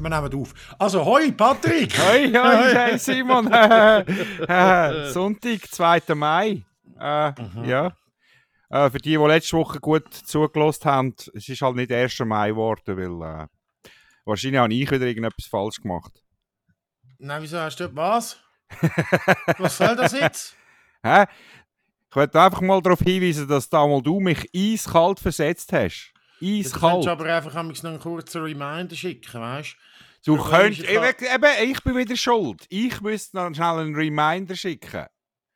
wir nehmen auf. Also, hoi Patrick! Hoi, Simon! Sonntag, 2. Mai. Ja. Für die letzte Woche gut zugelassen haben, es ist halt nicht 1. Mai geworden, weil wahrscheinlich habe ich wieder irgendetwas falsch gemacht. Nein, wieso hast du was? Was soll das jetzt? Hä? Ich wollte einfach mal darauf hinweisen, dass damals du mich eiskalt versetzt hast. Du könntest Eiskalt. aber einfach noch einen kurzen Reminder schicken, weißt Du könntest... Ich bin wieder schuld. Ich müsste noch schnell einen Reminder schicken.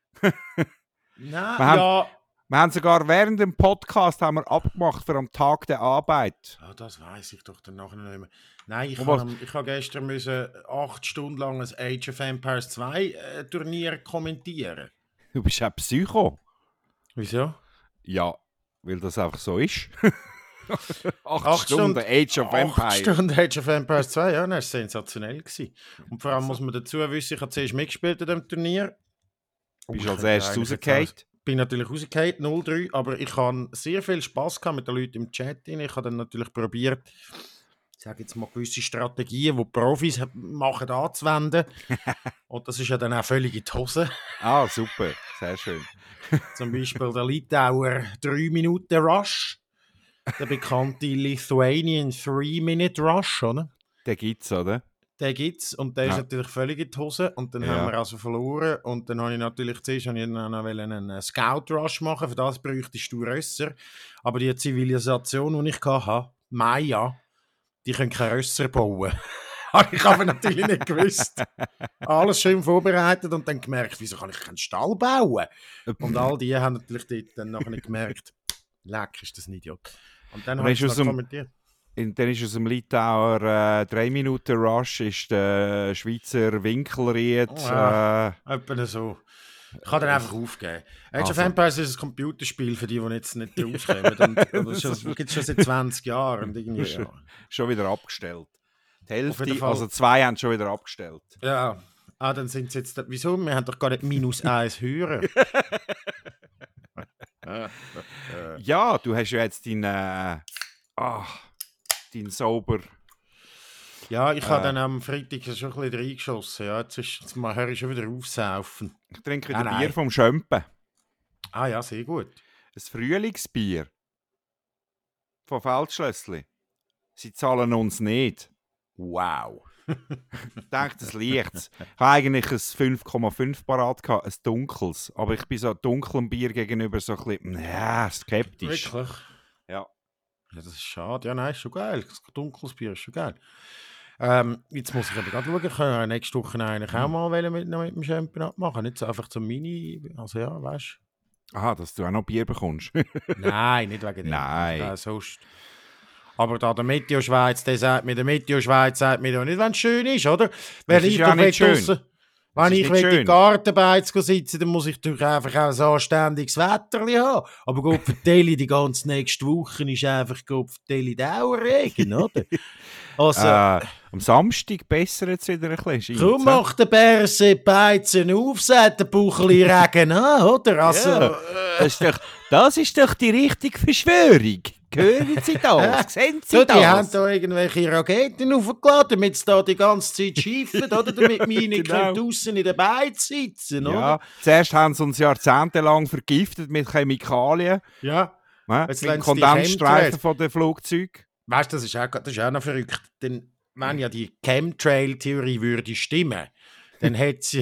Nein, Wir haben sogar während dem Podcast abgemacht für am Tag der Arbeit. Ah, das weiss ich doch dann nachher nicht mehr. Nein, ich habe gestern 8 Stunden lang ein Age of Empires 2 Turnier kommentieren. Du bist ein Psycho. Wieso? Ja, weil das einfach so ist. 8 Stunden Age of Empires. 8 Stunden Age of Empires 2, ja, das war sensationell gewesen. Und vor allem muss man dazu wissen, ich habe zuerst mitgespielt an diesem Turnier. Bist du als erstes rausgefallen? Bin natürlich rausgefallen, 0-3, aber ich hatte sehr viel Spass mit den Leuten im Chat. Ich habe dann natürlich probiert, ich sage jetzt mal gewisse Strategien, die Profis machen, anzuwenden. Und das ist ja dann auch völlig in die Hose. Ah, super, sehr schön. Zum Beispiel der Litauer 3-Minuten-Rush, der bekannte Lithuanian 3-Minute Rush, oder? Den gibt's, oder? Den gibt's und der ist natürlich völlig in die Hose und dann haben wir also verloren und dann habe ich natürlich zuerst noch einen Scout-Rush machen, für das bräuchtest du Rösser, aber die Zivilisation, die ich hatte, Maya, die können keine Rösser bauen. Habe ich aber natürlich nicht gewusst. Alles schön vorbereitet und dann gemerkt, wieso kann ich keinen Stall bauen? Und all die haben natürlich dort dann nachher nicht leck, ist das ein Idiot. Und dann habe ich es kommentiert. Dann ist aus dem Litauer 3-Minuten-Rush ist der Schweizer Winkelried. Etwa so. Ich kann dann einfach aufgeben. Age of Empires ist ein Computerspiel für die jetzt nicht rauskommen. Das gibt es schon seit 20 Jahren. Und irgendwie, schon wieder abgestellt. Die Hälfte, also 2 haben schon wieder abgestellt. Ja. Dann sind sie jetzt... Wieso? Wir haben doch gar nicht -1 höher. Ja, du hast ja jetzt deinen sauber... Ja, ich habe dann am Freitag schon ein bisschen reingeschossen. Ja, jetzt höre ich schon wieder aufsaufen. Ich trinke wieder Bier vom Schömpen. Ah ja, sehr gut. Ein Frühlingsbier. Von Feldschlössli. Sie zahlen uns nicht. Wow. Ich denke, das liegt. Ich habe eigentlich ein 5,5 parat gehabt, ein dunkles. Aber ich bin so dunklem Bier gegenüber so ein bisschen skeptisch. Wirklich? Ja. Ja, das ist schade. Ja, nein, ist schon geil. Das dunkles Bier ist schon geil. Jetzt muss ich aber gerade schauen, ich kann nächste Woche eigentlich auch mal mit dem Championat machen. Nicht so einfach zum Mini, also ja, weißt du. Aha, dass du auch noch Bier bekommst. Nein, nicht wegen dem. Nein. Sonst. Aber da der Meteo Schweiz, der sagt mir nicht, wenn es schön ist, oder? Wenn ich ja nicht schön. Wenn ich in die Gartenbeiz sitzen, dann muss ich natürlich einfach auch ein anständiges Wetter haben. Aber Gott vertelle, die ganze nächste Woche ist einfach Gott vertelle Dauerregen, oder? Also, am Samstag bessert es wieder ein bisschen. Komm, mach den Beizen auf, sagt der Buchli Regen an, oder? Also, ja, das ist doch die richtige Verschwörung. Hören Sie das? Sehen Sie das? Die haben da irgendwelche Raketen aufgeladen, damit sie da die ganze Zeit schiffen, oder? Damit wir nicht draussen in der Beiz sitzen, oder? Ja, zuerst haben sie uns jahrzehntelang vergiftet mit Chemikalien. Ja. Mit dem Kondensstreifen von den Flugzeugen. Weißt du, das ist auch noch verrückt. Denn wenn ja die Chemtrail-Theorie würde stimmen, dann hätten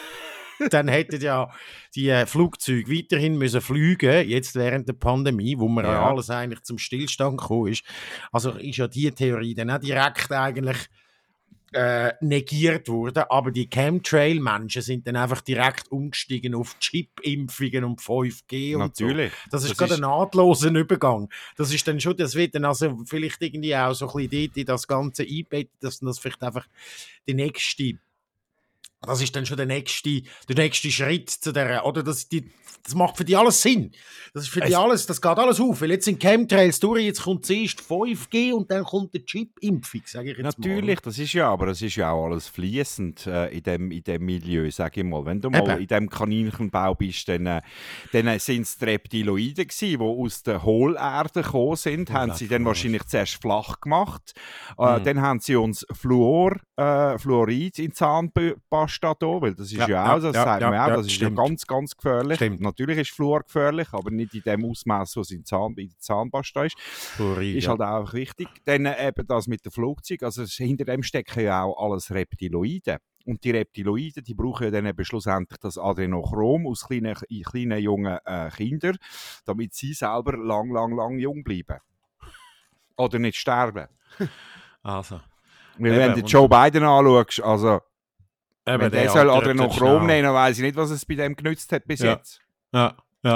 ja die Flugzeuge weiterhin müssen fliegen, jetzt während der Pandemie, wo man ja alles eigentlich zum Stillstand gekommen ist. Also ist ja die Theorie dann auch direkt eigentlich negiert worden, aber die Chemtrail-Menschen sind dann einfach direkt umgestiegen auf Chip-Impfungen und 5G und natürlich. So. Das ist gerade ein nahtloser Übergang. Das ist dann schon, das wird dann also vielleicht irgendwie auch so ein bisschen dort in das Ganze einbettet, dass das vielleicht einfach die nächste Das ist dann schon der nächste Schritt zu der, oder? Das macht für die alles Sinn. Das ist für die alles, das geht alles auf. Weil jetzt sind Chemtrails durch, jetzt kommt zuerst 5G und dann kommt die Chip-Impfung, sage ich jetzt Natürlich, mal. das ist ja auch alles fließend in dem Milieu, sage ich mal. Wenn du mal in dem Kaninchenbau bist, dann sind es die Reptiloiden gewesen, die aus der Hohlerde gekommen sind, haben sie dann wahrscheinlich zuerst flach gemacht. Dann haben sie uns Fluorid in Zahnpasta da, weil das ist das sagt man auch, das ist ja ganz, ganz gefährlich. Stimmt. Natürlich ist Fluor gefährlich, aber nicht in dem Ausmaß, was in der Zahnpasta ist. Fluorid, ist halt auch wichtig. Dann eben das mit dem Flugzeug, also hinter dem stecken ja auch alles Reptiloiden. Und die Reptiloiden, die brauchen ja dann eben schlussendlich das Adrenochrom aus kleinen jungen Kindern, damit sie selber lang jung bleiben. Oder nicht sterben. Also. Wenn du Joe Biden anschaust, also wenn der soll Adrenochrom nehmen, dann weiss ich nicht, was es bei dem genützt hat bis jetzt. Ja.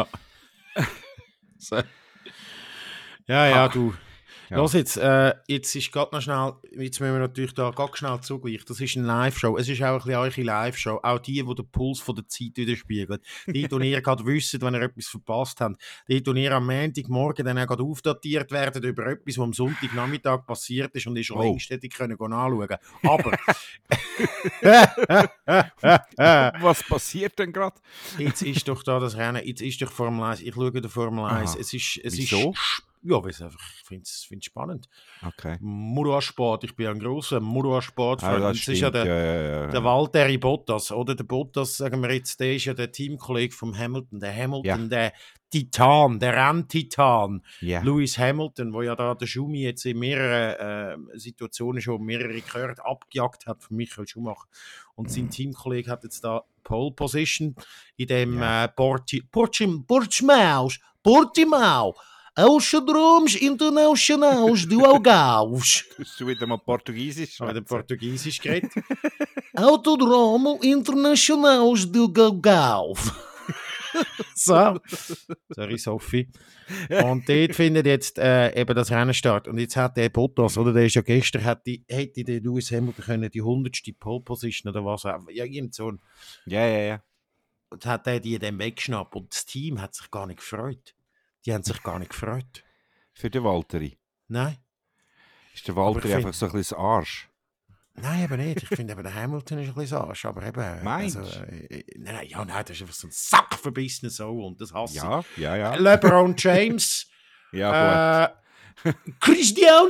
Ja, du. Ja. Los jetzt ist gerade noch schnell, jetzt müssen wir natürlich da ganz schnell zugleich, das ist eine Live-Show, es ist auch ein bisschen eure Live-Show, auch die den Puls von der Zeit widerspiegeln. Die, die ihr gerade wisst, wenn ihr etwas verpasst habt, die ihr am Montagmorgen dann auch gerade aufdatiert werden über etwas, was am Sonntagnachmittag passiert ist und ich schon längst hätte können anschauen. Aber... Was passiert denn gerade? Jetzt ist doch da das Rennen, jetzt ist doch Formel 1, ich schaue den Formel 1, Wieso? Ja, weil ich finde es spannend. Okay. Motorsport, ich bin ein grosser Motorsport-Fan. Das ist ja der Valtteri Bottas, oder? Der Bottas, sagen wir jetzt, der ist ja der Teamkollege vom Hamilton. Der Hamilton, der Titan, der Renntitan. Lewis Hamilton, wo ja da der Schumi jetzt in mehreren Situationen schon mehrere Rekorde abgejagt hat von Michael Schumacher. Und sein Teamkollege hat jetzt da Pole Position in dem Portimao. Außerdroms internationals du auch gaus. Du wieder mal Portugiesisch? Wieder Portugiesisch geredet. Autodromo internationals du gaus. So. Sorry, Sophie. Und dort findet jetzt eben das Rennen statt. Und jetzt hat der Bottas, oder der ist ja gestern, hätte der Lewis Hamilton können die 100. Pole Position oder was auch. Ja, irgend so ein... Ja. Und hat er die dann weggeschnappt. Und das Team hat sich gar nicht gefreut. Die haben sich gar nicht gefreut. Für den Valtteri? Nein. Ist der Valtteri einfach so ein bisschen Arsch? Nein, eben nicht. Ich finde, der Hamilton ist ein bisschen Arsch. Aber eben... Meinst du? Nein, das ist einfach so ein sackverbissener Soul. Und das hasse ich. Ja. LeBron James. Ja, gut. Cristiano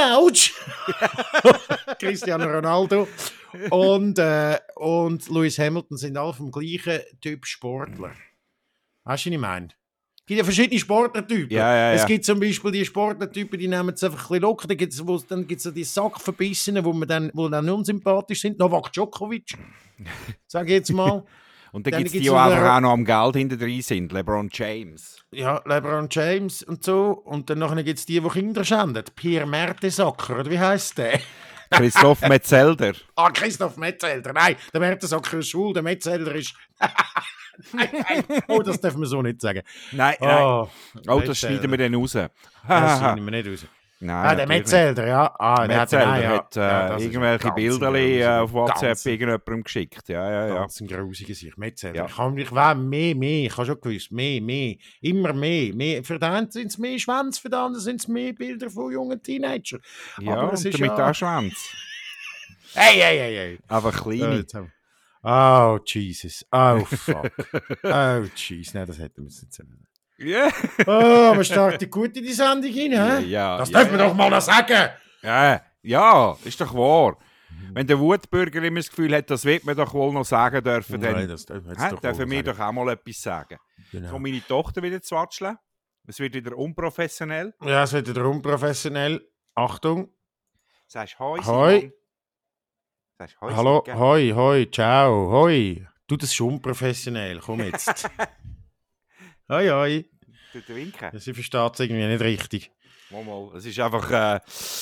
Ronaldo. Und Lewis Hamilton sind alle vom gleichen Typ Sportler. Weißt du, was ich meine? Es gibt ja verschiedene Sportlertypen. Ja. Es gibt zum Beispiel die Sportlertypen, die nehmen es einfach ein bisschen locker. Dann gibt es die Sackverbissenen, die dann unsympathisch sind. Novak Djokovic, sage ich jetzt mal. Und dann gibt es die einfach auch noch am Geld hinter drin sind. LeBron James. Ja, LeBron James und so. Und dann gibt es die Kinder schänden. Pierre Mertesacker, oder wie heisst der? Christoph Metzelder. Christoph Metzelder. Nein, der Mertesacker ist schwul, der Metzelder ist... Nein. Oh, das dürfen wir so nicht sagen. Nein. Das schneiden wir dann raus. Das schneiden wir nicht raus. Nein, der Metzelder, ja. Metzelder hat irgendwelche Bilder auf WhatsApp irgendjemandem geschickt. Ja. Das ist ein grusiger Sicht. Metzelder. Ich will mehr. Ich habe schon gewusst, mehr. Immer mehr. Für den einen sind es mehr Schwänze, für den anderen sind es mehr Bilder von jungen Teenagern. Ja, aber es ist damit auch Schwänze. Hey. Einfach kleine. Oh, Jesus. Oh, fuck. Oh, Jesus. Nein, das hätten wir jetzt nicht sagen. Ja. Oh, wir starten gut in die Sendung rein, hä? Ja. Das dürfen wir doch mal noch sagen. Ja, ist doch wahr. Wenn der Wutbürger immer das Gefühl hat, das wird man doch wohl noch sagen dürfen, dann dürfen wir doch auch mal etwas sagen. Genau. Kommt meine Tochter wieder zu watscheln. Es wird wieder unprofessionell. Ja, es wird wieder unprofessionell. Achtung. Sagst du Hoi, Hoi. Sagst Hoi, hallo, Hoi, ciao, Hoi. Du, das ist unprofessionell, komm jetzt. Hoi. Du winken. Sie versteht es irgendwie nicht richtig. Mal. Es ist einfach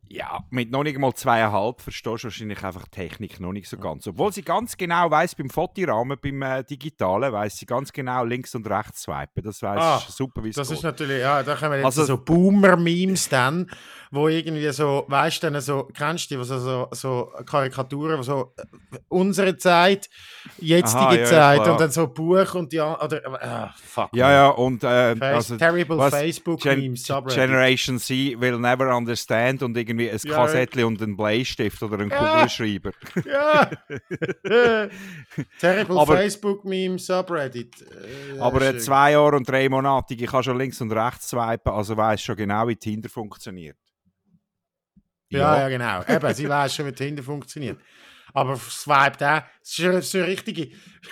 Ja, mit noch nicht mal 2,5 verstehst du wahrscheinlich einfach die Technik noch nicht so ganz. Obwohl sie ganz genau weiss, beim Fotorahmen, beim Digitalen, weiss sie ganz genau links und rechts swipen. Das weiss super, wie es geht. Das ist natürlich, ja, da kommen jetzt so Boomer-Memes dann, wo irgendwie so, weißt du, so, kennst du die, so Karikaturen, so unsere Zeit, jetzige Zeit und dann so Buch und ja, oder, fuck. Ja, und terrible Facebook-Memes, Generation C will never understand und irgendwie ein Kassettchen und ein Bleistift oder ein Kugelschreiber. Ja! Terrible Facebook-Meme, Subreddit. Aber 2 Jahre und 3 Monate, ich kann schon links und rechts swipen, also weiss schon genau, wie Tinder funktioniert. Ja, genau. Eben, sie weiss schon, wie Tinder funktioniert. Aber swipe auch. Das ist eine richtige.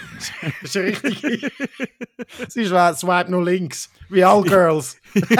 Sie swipe nur links. Wie all Girls.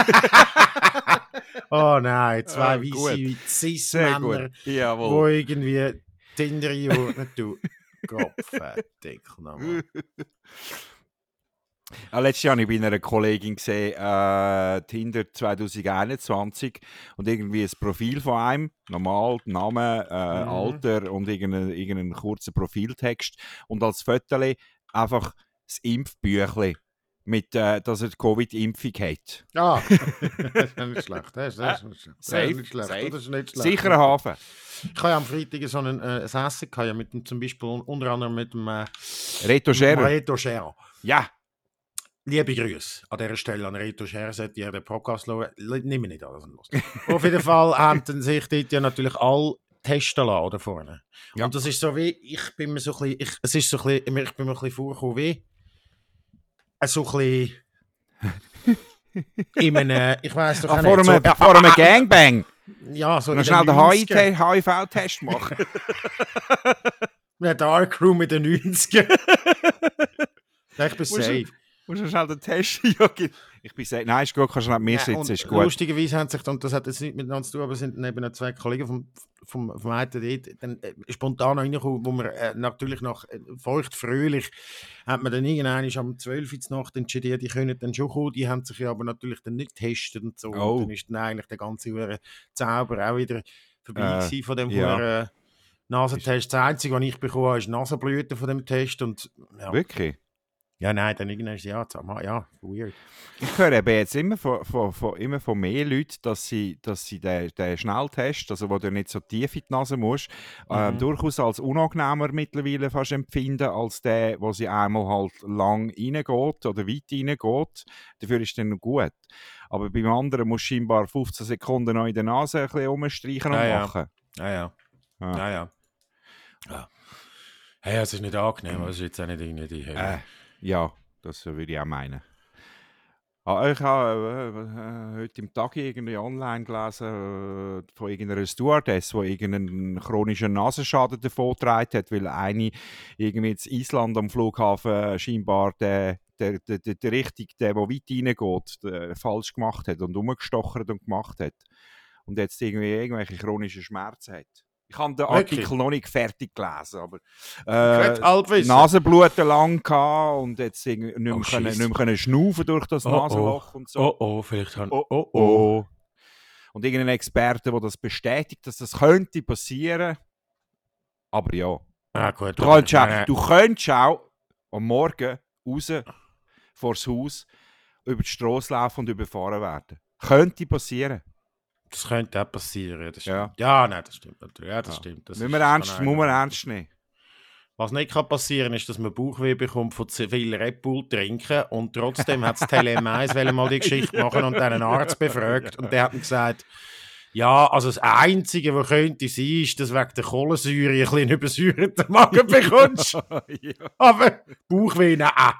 Oh nein, 2 weisse Cis-Männer, die irgendwie Tinder einordnen tun. Kopfdeckel nochmal. Letztes Jahr habe ich bei einer Kollegin gesehen, Tinder 2021 und irgendwie ein Profil von einem, normal, Name, Alter und irgendeinen kurzen Profiltext und als Foto einfach das Impfbüchlein mit, dass er die Covid-Impfung hat. Ah, das ist nicht schlecht. Das ist nicht schlecht. Sicherer Hafen. Ich habe ja am Freitag so ein Essen gehabt, mit dem, zum Beispiel unter anderem mit dem Reto Scherer. Ja. Liebe Grüße an dieser Stelle an Reto Scherer, sollte ihr den Podcast hören. Nimm nicht alles los. Auf jeden Fall haben sich dort ja natürlich alle testen lassen da vorne. Ja. Und das ist so wie, ich bin mir so ein bisschen vorgekommen wie so ein bisschen in einem, ich weiss doch nicht. Vor einem Gangbang. Ja, so noch schnell den HIV-Test machen. Eine Darkroom in den 90ern. Ich bin safe. Musst du schnell den Test? Ich bin safe. Nein, ist gut, kannst du neben mir sitzen, ist gut. Lustigerweise haben sich, und das hat jetzt nicht miteinander zu tun, aber sind neben 2 Kollegen vom einen dort dann spontan reingekommen, wo wir natürlich nach feucht-fröhlich hat man dann irgendwann am 12 Uhr Nacht entschieden, die können dann schon kommen, die haben sich ja aber natürlich dann nicht getestet und so. Und dann ist dann eigentlich der ganze Zauber auch wieder vorbei gewesen von dem Nasentest. Das Einzige, was ich bekommen habe, ist Nasenblüten von dem Test. Und, ja. Wirklich? Ja, nein, dann irgendwann ist ja weird. Ich höre eben jetzt immer von mehr Leuten, dass sie den Schnelltest, also wo du nicht so tief in die Nase musst, durchaus als unangenehmer mittlerweile fast empfinden, als der, wo sie einmal halt lang reingeht oder weit reingeht. Dafür ist dann noch gut. Aber beim anderen musst du scheinbar 15 Sekunden noch in der Nase ein bisschen rumstreichen und machen. Ja. Hey, es ist nicht angenehm, aber es ist jetzt auch nicht irgendwie die Hölle. Ja, das würde ich auch meinen. Ich habe heute im Tag irgendwie online gelesen von irgendeiner Stewardess, die irgendeinen chronischen Nasenschaden davongetragen hat, weil eine irgendwie in Island am Flughafen scheinbar der weit reingeht, falsch gemacht hat und umgestochert und gemacht hat. Und jetzt irgendwelche chronischen Schmerzen hat. Ich habe den Artikel noch nicht fertig gelesen, aber Nasenbluten lang gehabt und jetzt nicht mehr schnaufen durch das Nasenloch und so. Vielleicht haben Und irgendein Experte, der das bestätigt, dass das könnte passieren. Aber ja. Gut, du könntest auch am Morgen raus vor das Haus über die Strasse laufen und überfahren werden. Könnte passieren. Das könnte auch passieren. Das stimmt. Ja, nein, das stimmt natürlich. Ja, das stimmt. Das muss man ernst nehmen. Was nicht kann passieren ist, dass man Bauchweh bekommt von zu viel Red Bull trinken und trotzdem hat das TLM1 mal die Geschichte machen und dann einen Arzt befragt und der hat ihm gesagt, ja, also das Einzige, was könnte sein, ist, dass wegen der Kohlensäure ein bisschen übersäuerten Magen bekommst. Ja. Aber Bauchweh auch.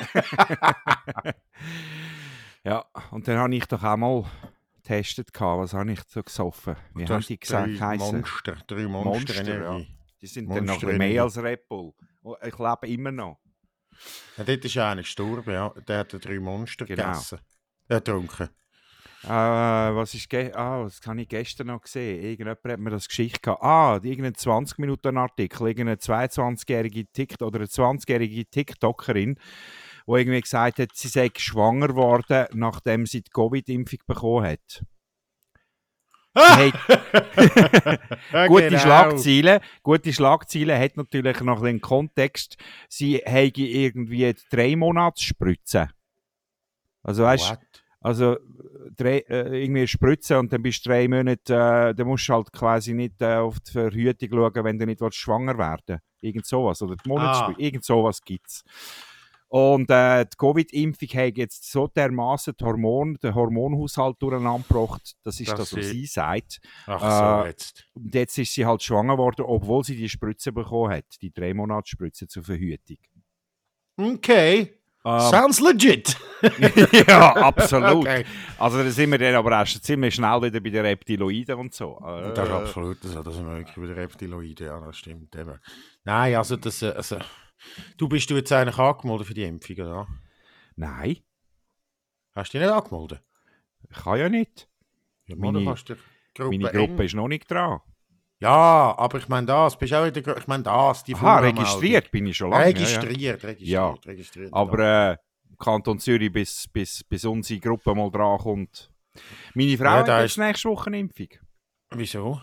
Ja, und dann habe ich doch auch mal getestet. Was habe ich so gesoffen? Wie haben die gesagt? 3 Monster Energie. Ja. Die sind dann noch mehr als Red Bull. Ich lebe immer noch. Ja, dort ist einer gestorben, ja. Der hat 3 Monster gegessen. Getrunken. Was habe ich gestern noch gesehen? Irgendjemand hat mir das Geschichte gehabt. Irgendein 20-Minuten-Artikel, irgendeine 22-jährige oder eine 20-jährige TikTokerin, die irgendwie gesagt hat, sie sei schwanger geworden, nachdem sie die Covid-Impfung bekommen hat. Gute Schlagzeilen hat natürlich noch den Kontext, sie haben irgendwie 3 Monatsspritze. Also weißt irgendwie Spritzen und dann bist du 3 Monate, dann musst du halt quasi nicht auf die Verhütung schauen, wenn du nicht schwanger werden willst. Irgend sowas. Oder die Monatsspritze. Irgend sowas gibt es. Und die Covid-Impfung hat jetzt so dermaßen den Hormonhaushalt durcheinander gebracht, das ist das, was sie sagt. Ach so, jetzt. Und jetzt ist sie halt schwanger geworden, obwohl sie die Spritze bekommen hat, die 3 Monatsspritze zur Verhütung. Okay. Sounds legit. Ja, absolut. Okay. Also da sind wir dann aber erst ziemlich schnell wieder bei den Reptiloiden und so. Das ist absolut so, da sind wir wirklich bei den Reptiloiden, ja, das stimmt eben. Nein, also das... bist du jetzt eigentlich angemeldet für die Impfung, oder? Nein. Hast du dich nicht angemeldet? Ich kann ja nicht. Ja, meine Gruppe ist noch nicht dran. Ja, aber ich meine das. Bist auch in der Gruppe? Ich meine das. Die registriert bin ich schon lange. Registriert. Aber Kanton Zürich, bis unsere Gruppe mal dran kommt. Meine Frau hat jetzt nächste Woche eine Impfung. Wieso?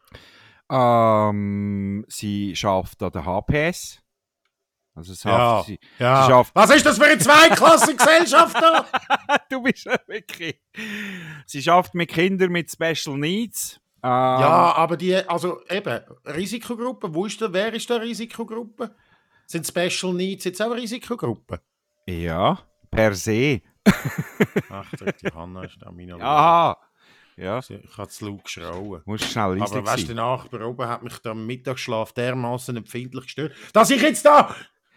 Sie arbeitet an der HPS. Also sie Was ist das für eine Zweiklassengesellschaft da? Du bist ja wirklich... Sie arbeitet mit Kindern mit Special Needs. Ja, aber Risikogruppe, wer ist da Risikogruppe? Sind Special Needs jetzt auch Risikogruppe? Ja, per se. Ach, die Hanna ist da meine Aha. Ja. Ich habe zu laut geschrauen. Musst schnell leise aber weißt du, der Nachbar oben hat mich da am Mittagsschlaf dermaßen empfindlich gestört, dass ich jetzt da...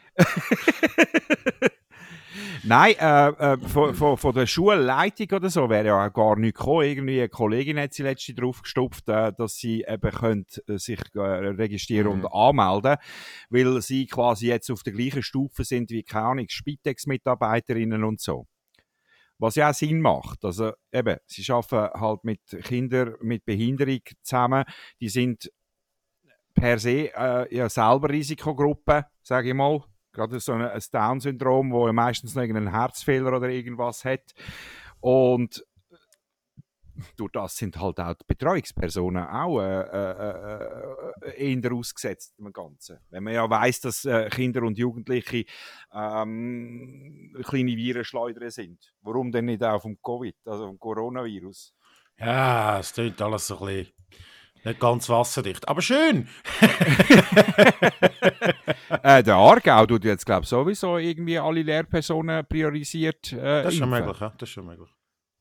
Nein, von der Schulleitung oder so wäre ja auch gar nichts gekommen. Irgendwie eine Kollegin hat sie letztens drauf gestopft, dass sie eben sich registrieren und anmelden, weil sie quasi jetzt auf der gleichen Stufe sind wie, keine Ahnung, Spitex-Mitarbeiterinnen und so. Was ja auch Sinn macht. Also eben, sie arbeiten halt mit Kindern mit Behinderung zusammen. Die sind per se ja selber Risikogruppe, sage ich mal. Gerade so ein Down-Syndrom, wo meistens noch irgendeinen Herzfehler oder irgendwas hat. Und durch das sind halt auch die Betreuungspersonen auch eher ausgesetzt im Ganzen. Wenn man ja weiss, dass Kinder und Jugendliche kleine Virenschleuder sind. Warum denn nicht auch vom Covid, also vom Coronavirus? Ja, es klingt alles so ein bisschen nicht ganz wasserdicht, aber schön. Der Aargau tut jetzt, glaube ich, sowieso irgendwie alle Lehrpersonen priorisiert. Das ist schon möglich, ja. Das ist schon möglich.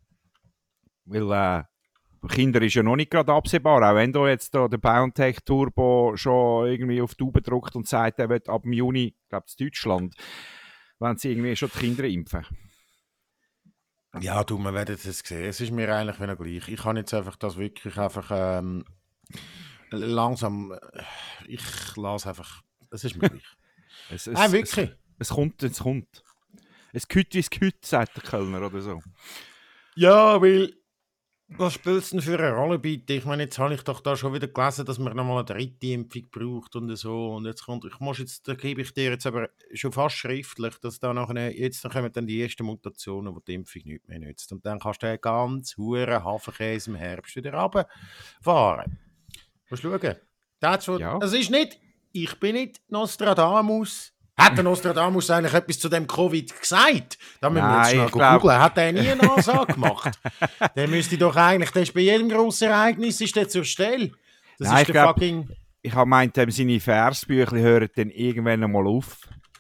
Weil Kinder ist ja noch nicht gerade absehbar, auch wenn da jetzt der BioNTech Turbo schon irgendwie auf die Tube drückt und sagt, er wird ab dem Juni, ich glaube in Deutschland, wenn sie irgendwie schon die Kinder impfen. Ja, wir werden es sehen. Es ist mir eigentlich wieder gleich. Ich kann jetzt einfach das wirklich einfach langsam, ich lasse einfach, es ist mir gleich. Nein, wirklich. Es kommt. Es kütt wie es kütt, sagt der Kölner oder so. Ja, weil, was spielt es denn für eine Rolle, bitte? Ich meine, jetzt habe ich doch da schon wieder gelesen, dass man nochmal eine 3. Impfung braucht und so. Und jetzt da gebe ich dir jetzt aber schon fast schriftlich, dass da jetzt kommen dann die ersten Mutationen, wo die Impfung nicht mehr nützt. Und dann kannst du den ganz huren Hafenkäse im Herbst wieder runterfahren. Musst du schauen. Ja. Das ist nicht, ich bin nicht Nostradamus. Hat der Nostradamus eigentlich etwas zu dem Covid gesagt? Da müssen wir jetzt schnell googeln. Hat er nie eine Ansage gemacht? Der müsste doch eigentlich, der ist bei jedem grossen Ereignis ist der zur Stelle. Das ist der fucking... Ich habe gemeint, seine Versbücher hören dann irgendwann einmal auf.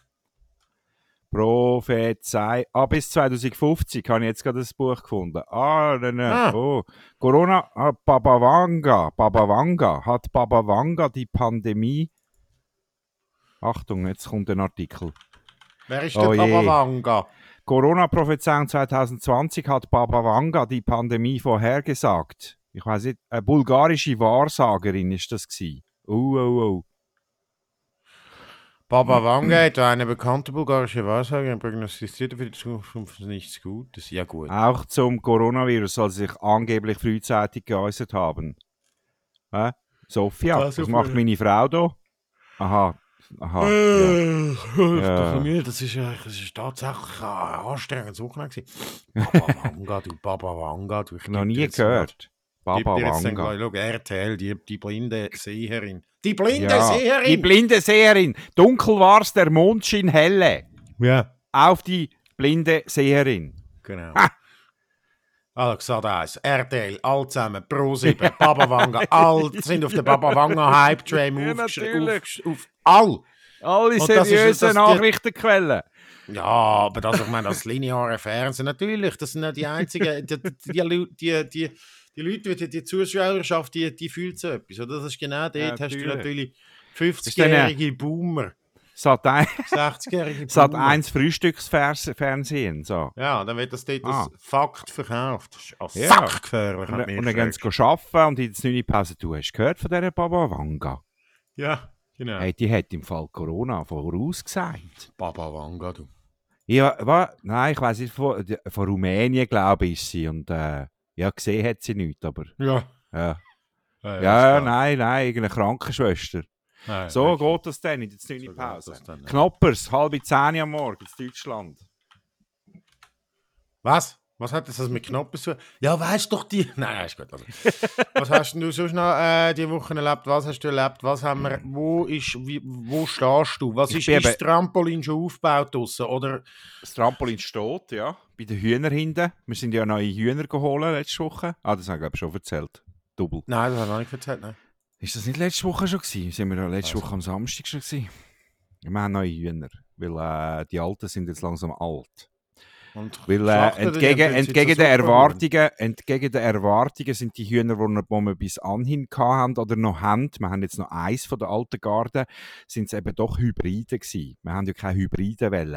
Prophezei. Bis 2050 habe ich jetzt gerade das Buch gefunden. Corona, Baba Vanga. Hat Baba Vanga die Pandemie... Achtung, jetzt kommt ein Artikel. Wer ist der Baba Vanga? Corona-Prophezeiung 2020 hat Baba Vanga die Pandemie vorhergesagt. Ich weiß nicht, eine bulgarische Wahrsagerin ist das gewesen. Baba Vanga hat eine bekannte bulgarische Wahrsagerin prognostiziert für die Zukunft nichts Gutes. Ja gut. Auch zum Coronavirus soll sie sich angeblich frühzeitig geäußert haben. Sophia, was macht meine Frau da? Aha. Ja. Das ist tatsächlich ein anstrengendes Wochenende gewesen. Baba Vanga, du. Noch nie gehört. Baba Vanga. Schau, RTL, die blinde Seherin. Die blinde Seherin! Die blinde Seherin. Dunkel war's, der Mond schien helle. Ja. Auf die blinde Seherin. Genau. Also gesagt eins, RTL, all zusammen, Pro7, Baba Vanga, all sind auf der Baba Vanga Hype-Train auf all. Alle seriösen Nachrichtenquellen. Ja, aber das, ich meine, das lineare Fernsehen, natürlich, das sind nicht die einzigen, die Leute, die Zuschauerschaft, die fühlt so etwas, oder? Das ist genau dort, hast du natürlich 50-jährige Boomer. Sat 1 Frühstücksfernsehen. So. Ja, dann wird das dort als Fakt verkauft. Das ist sackgefährlich. Und dann gehen sie arbeiten und in der 9. Pause, du hast gehört von dieser Baba Vanga? Ja, genau. Hey, die hat im Fall Corona vorausgesagt. Baba Vanga, du. Ja, nein, ich weiss nicht, von Rumänien, glaube ich, ist sie. Und ja, gesehen hat sie nichts, aber... Ja, nein, irgendeine Krankenschwester. Nein, so wirklich. Geht das dann in der 9. Pause. Knoppers, 9:30 am Morgen in Deutschland. Was? Was hat das mit Knoppers zu tun? Ja, weißt doch die... Nein, ist gut. Also. Was hast du sonst noch diese Woche erlebt? Was hast du erlebt? Was haben wir... Wo stehst du? Was ist das Trampolin schon aufgebaut draussen, oder? Das Trampolin steht, ja. Bei den Hühnern hinten. Wir sind ja neue Hühner geholt letzte Woche. Das habe ich glaube schon erzählt. Double. Nein, das habe ich noch nicht erzählt, nein. Ist das nicht letzte Woche schon gewesen? Sind wir ja letzte Woche am Samstag schon gewesen? Wir haben neue Hühner, weil die Alten sind jetzt langsam alt. Und weil entgegen den Erwartungen sind die Hühner, die wir bis anhin hatten oder noch haben, wir haben jetzt noch eins von der alten Garde, sind es eben doch Hybride gewesen. Wir haben ja keine Hybride wollen.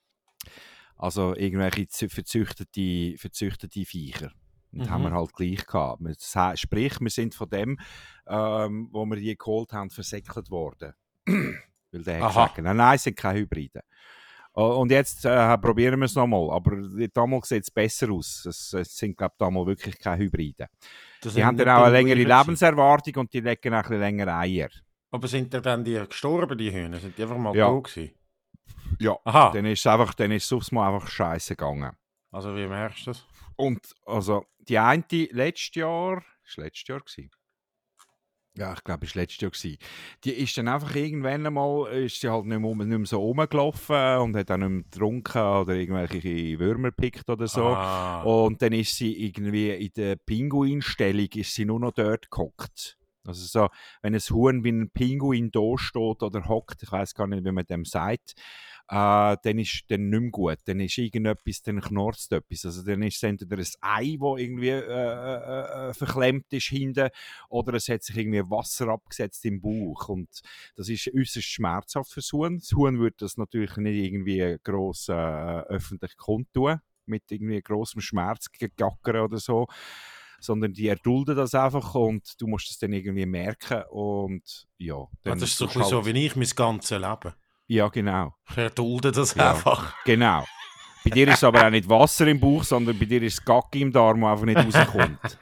Also irgendwelche verzüchtete Viecher. Und haben wir halt gleich gehabt. Sprich, wir sind von dem, wo wir die geholt haben, versäckelt worden. Weil der hat gesagt, nein, es sind keine Hybriden. Und jetzt probieren wir es nochmal. Aber damals sieht es besser aus. Es sind, glaube ich, damals wirklich keine Hybriden. Die haben dann auch eine längere Lebenserwartung und die legen auch ein bisschen länger Eier. Aber sind dann die gestorben, die Hühner? Sind die einfach mal tot gewesen? Ja, dann ist es aufs Mal einfach scheiße gegangen. Also wie merkst du das? Und also die eine letztes Jahr gewesen. Ja, ich glaube, es war letztes Jahr gewesen. Die ist dann einfach irgendwann einmal, ist sie halt nicht mehr so rumgelaufen und hat auch nicht mehr getrunken oder irgendwelche Würmer gepickt oder so. Und dann ist sie irgendwie in der Pinguinstellung ist sie nur noch dort gehockt. Also so, wenn ein Huhn wie ein Pinguin da steht oder hockt, ich weiß gar nicht, wie man dem sagt, dann ist dann nicht mehr gut. Dann ist irgendetwas, dann knurrt etwas. Also dann ist es entweder ein Ei, das irgendwie verklemmt ist hinten, oder es hat sich irgendwie Wasser abgesetzt im Bauch. Und das ist äußerst schmerzhaft für das Huhn. Das Huhn würde das natürlich nicht irgendwie gross öffentlich kundtun, mit irgendwie grossem Schmerz gackern oder so. Sondern die erdulden das einfach und du musst es dann irgendwie merken. Und ja. Das ist so wie ich mein ganzes Leben. Ja, genau. Ich erdulde das einfach. Genau. Bei dir ist es aber auch nicht Wasser im Bauch, sondern bei dir ist es Gacki im Darm, der einfach nicht rauskommt.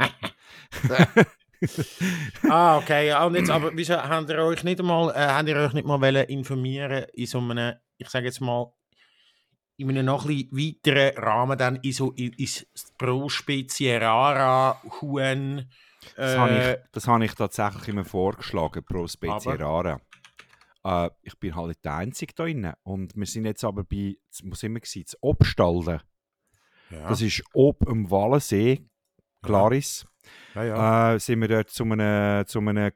Okay. Und jetzt, aber wieso habt ihr euch nicht mal informieren in so einem, ich sage jetzt mal, in einem noch ein bisschen weiteren Rahmen dann ins Pro-Spezie Rara Huhn. Das habe ich tatsächlich immer vorgeschlagen, Pro-Spezie Rara. Ich bin halt nicht der Einzige da drin. Und wir sind jetzt aber bei, wo sind wir gewesen? Das Obstalden. Ja. Das ist oben am Wallensee, Glaris. Ja. Sind wir dort zu einem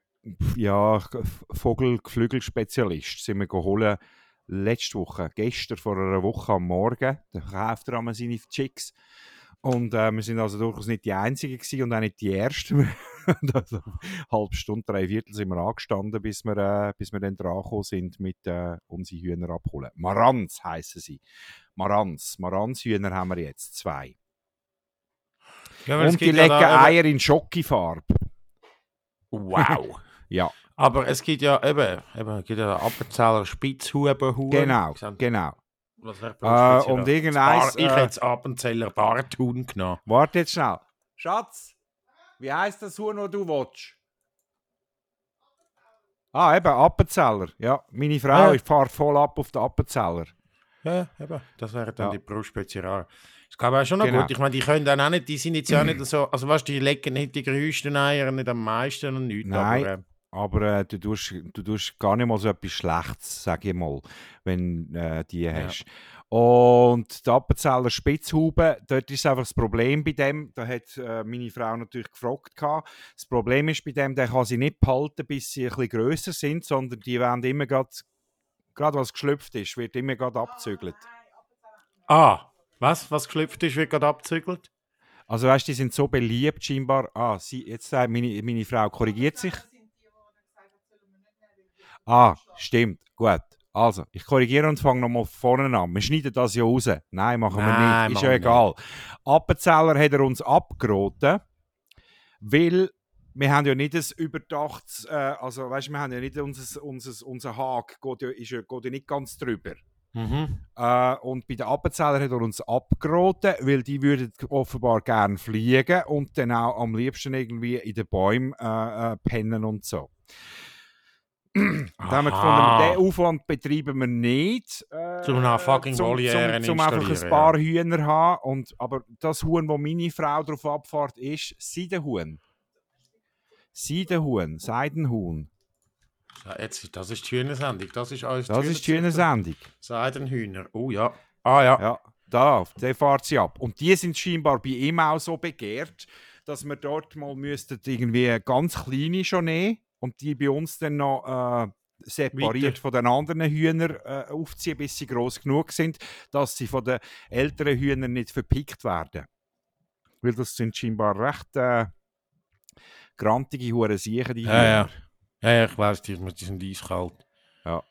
Geflügelspezialist sind wir geholt. Letzte Woche, gestern vor einer Woche am Morgen, da kauft er einmal seine Chicks. Und wir sind also durchaus nicht die Einzigen gewesen und auch nicht die Ersten. Also, halbe Stunde, 3/4 sind wir angestanden, bis wir dann dran gekommen sind mit unsere Hühner abholen. Marans heissen sie. Marans-Hühner haben wir jetzt 2. Ja, und die legen Eier in Schokifarbe. Wow. Ja. Aber es gibt ja eben Appenzeller Spitzhubenhuhn. Genau. Und irgendeins... Ich hätte das Appenzeller Barthuhn genommen. Warte jetzt schnell. Schatz, wie heisst das Huhn, das du willst? Eben, Appenzeller. Ja, meine Frau fährt voll ab auf den Appenzeller. Ja, eben. Das wären dann Ja. die Pro-Spezial. Das glaube ich auch schon noch Genau. gut. Ich meine, die können dann auch nicht, die sind jetzt ja nicht so, also weißt du, die legen nicht die größten Eier, nicht am meisten und nichts, Nein, aber du tust gar nicht mal so etwas Schlechtes, sage ich mal, wenn die hast. Und die Appenzeller Spitzhuben, dort ist einfach das Problem bei dem, da hat meine Frau natürlich gefragt gehabt. Das Problem ist bei dem, der kann sie nicht behalten, bis sie ein bisschen grösser sind, sondern die werden immer gerade was geschlüpft ist, wird immer gerade abzügelt. Was geschlüpft ist, wird gerade abzügelt? Also weißt du, die sind so beliebt scheinbar. Jetzt sagt meine Frau, korrigiert sich. Stimmt, gut. Also, ich korrigiere und fange nochmal vorne an. Wir schneiden das ja raus. Nein, machen wir nicht. Ist ja egal. Appenzeller hat er uns abgeraten, weil wir haben ja nicht ein überdachtes, also weißt du, wir haben ja nicht unser Haag, geht ja nicht ganz drüber. Und bei den Appenzeller hat er uns abgeraten, weil die würden offenbar gerne fliegen und dann auch am liebsten irgendwie in den Bäumen pennen und so. Da haben wir gefunden, diesen Aufwand betreiben wir nicht. Zum eine fucking Voliere zum einfach ein paar Hühner haben. Aber das Huhn, wo meine Frau drauf abfährt, ist Seidenhuhn. Seidenhuhn. Das ist die Hühnersendung. Das ist die Hühnersendung. Seidenhühner. Oh ja. Ja, da fährt sie ab. Und die sind scheinbar bei ihm auch so begehrt, dass wir dort mal irgendwie ganz kleine schon nehmen und die bei uns dann noch separiert von den anderen Hühnern aufziehen, bis sie gross genug sind, dass sie von den älteren Hühnern nicht verpickt werden. Weil das sind scheinbar recht grantige Hurensiechen, die Hühner. Ja, ich weiss, die sind eiskalt. Ja.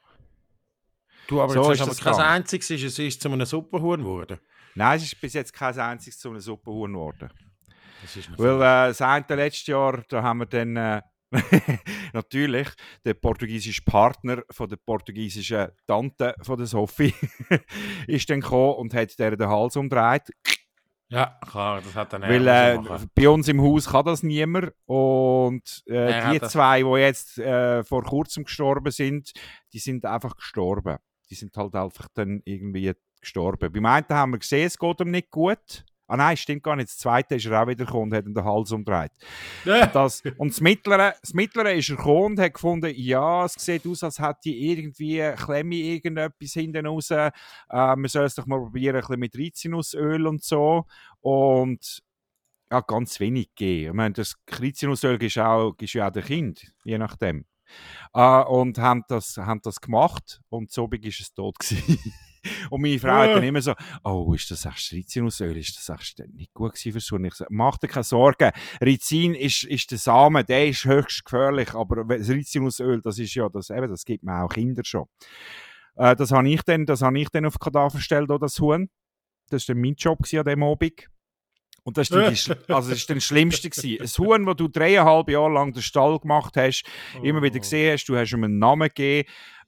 Du, aber so jetzt hast kein einziges ist zu einem Suppenhuhn geworden? Nein, es ist bis jetzt kein einziges zu einem Suppenhuhn geworden. Weil das eine letztes Jahr, da haben wir dann natürlich der portugiesische Partner von der portugiesischen Tante von der Sophie ist dann gekommen und hat der den Hals umgedreht. Ja, klar, das hat dann weil bei uns im Haus kann das niemand und die zwei, die jetzt vor kurzem gestorben sind, die sind einfach gestorben. Die sind halt einfach dann irgendwie gestorben. Beim einen haben wir gesehen, es geht ihm nicht gut. Nein, stimmt gar nicht. Das zweite ist er auch wieder gekommen und hat ihn den Hals umgedreht. Und das Mittlere ist er gekommen und hat gefunden, ja, es sieht aus, als hätte die irgendwie Klemme irgendetwas hinten raus. Man soll es doch mal probieren, ein bisschen mit Rizinusöl und so. Und ja, ganz wenig geben. Ich meine, das Rizinusöl ist ja auch der Kind, je nachdem. Und haben das gemacht und so ist es tot gewesen. Und meine Frau hat dann immer so, ist das echt Rizinusöl? Ist das echt nicht gut gewesen fürs Huhn? Ich sage, mach dir keine Sorgen. Rizin ist der Samen, der ist höchst gefährlich, aber das Rizinusöl, das ist ja, das gibt man auch Kinder schon. Das habe ich dann auf Kadaver gestellt, das Huhn. Das war dann mein Job an diesem Abend. Und das war das das Schlimmste gewesen. Ein Huhn, das du 3,5 Jahre lang den Stall gemacht hast, immer wieder gesehen hast, du hast ihm einen Namen gegeben,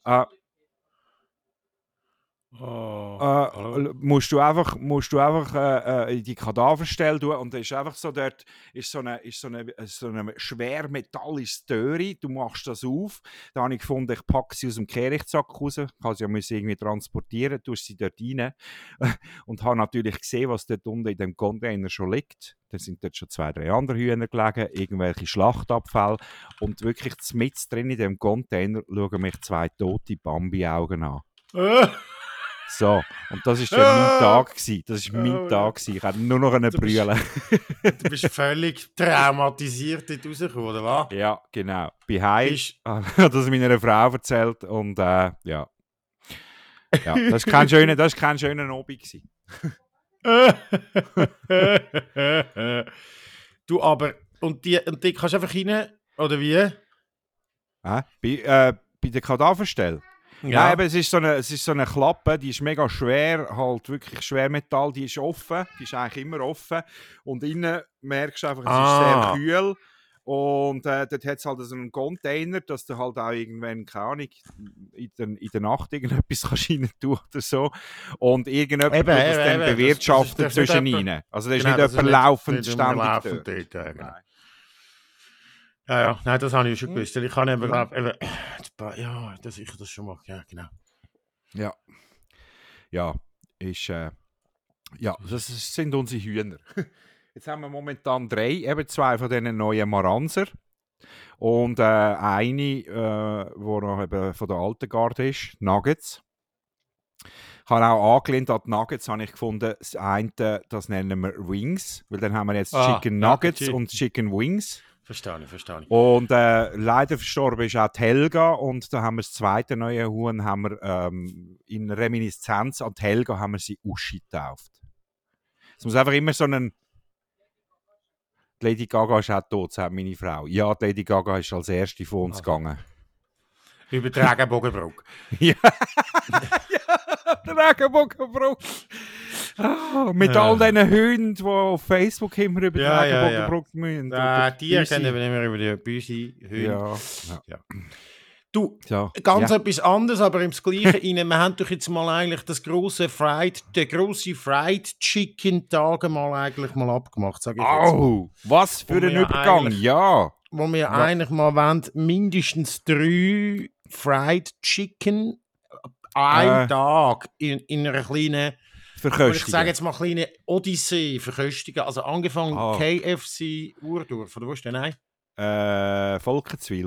musst du einfach in die Kadaverstelle tun und da ist einfach so, dort ist so eine schwer metallisches Döri, du machst das auf, da habe ich gefunden, ich packe sie aus dem Kehrichtsack raus, kann sie ja irgendwie transportieren, tust sie dort rein und habe natürlich gesehen, was dort unten in dem Container schon liegt. Da sind dort schon 2, 3 andere Hühner gelegen, irgendwelche Schlachtabfälle und wirklich mitten drin in dem Container schauen mich 2 tote Bambi-Augen an. So, und das war dann mein Tag gewesen. Das war mein Tag gewesen. Ich konnte nur noch brüllen. Du bist völlig traumatisiert dort rausgekommen, oder was? Ja, genau. Bei Heim hat das meiner Frau erzählt und ja. Ja, das war kein schöner Abend gewesen. Du, aber, und die kannst du einfach rein, oder wie? Bei der Kadaverstelle? Ja, aber es ist so eine Klappe, die ist mega schwer, halt wirklich Schwermetall, die ist offen, die ist eigentlich immer offen und innen merkst du einfach, es ist sehr kühl und dort hat es halt so einen Container, dass du halt auch irgendwann, keine Ahnung, in der Nacht irgendetwas kannst rein tun oder so und irgendjemand das dann bewirtschaftet zwischen ihnen. Also da ist nicht jemand laufend ständig dort. Ja, nein, das habe ich schon gewusst. Ich kann eben, ja, dass ich das schon mache, ja, genau. Ja. ist... das sind unsere Hühner. Jetzt haben wir momentan 3, eben 2 von diesen neuen Maranser. Und eine, die noch eben von der alten Garde ist, Nuggets. Ich habe auch angelehnt an die Nuggets, habe ich gefunden, das eine, das nennen wir Wings, weil dann haben wir jetzt Chicken Nuggets und Chicken Wings. Verstehe ich. Und leider verstorben ist auch die Helga und da haben wir das zweite neue Huhn, haben wir in Reminiszenz an die Helga haben wir sie Uschi getauft. Es muss einfach immer so einen... Lady Gaga ist auch tot, sagt meine Frau. Ja, die Lady Gaga ist als erste von uns gegangen. Über den Regenbogenbruch. Ja, der Regenbogenbruch. Mit all diesen Hunden, die auf Facebook immer über den Regenbogenbruch müssen. Die kennen wir immer über die Büsi-Hunde. Ja. Du, ganz etwas anderes, aber im Gleichen rein. Wir haben doch jetzt mal eigentlich den grossen Fried Chicken Tag mal abgemacht, sage ich jetzt mal. Was für ein Übergang, Wo wir eigentlich mal wollen, mindestens 3 Fried Chicken einen Tag in einer kleinen, ich sage jetzt mal kleine Odyssee verköstigen. Also angefangen KFC Urdorf, oder wo ist der? Nein? Volkenzwil.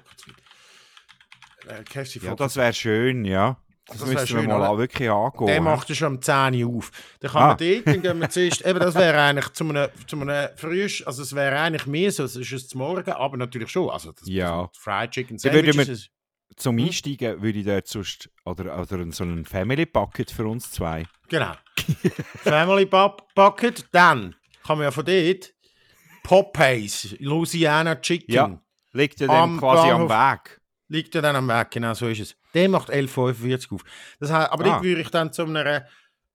Ja, das wäre schön, ja. Das müssen wir mal wirklich angehen. Der macht ja schon um 10 Uhr auf. Dann kann man dort, dann gehen wir zuerst, eben das wäre eigentlich zu einem Frühstück, also es wäre eigentlich mehr so, es ist es zum Morgen, aber natürlich schon. Also das Fried Chicken Sandwiches. Zum Einsteigen würde ich dort sonst, oder so einen Family Bucket für uns 2. Genau. Family Bucket, dann kann man ja von dort Popeyes, Louisiana Chicken. Ja, liegt ja dann quasi am Weg. Liegt ja dann am Weg, genau so ist es. Der macht 11,45 auf. Das heißt, aber dort würde ich dann zu einer,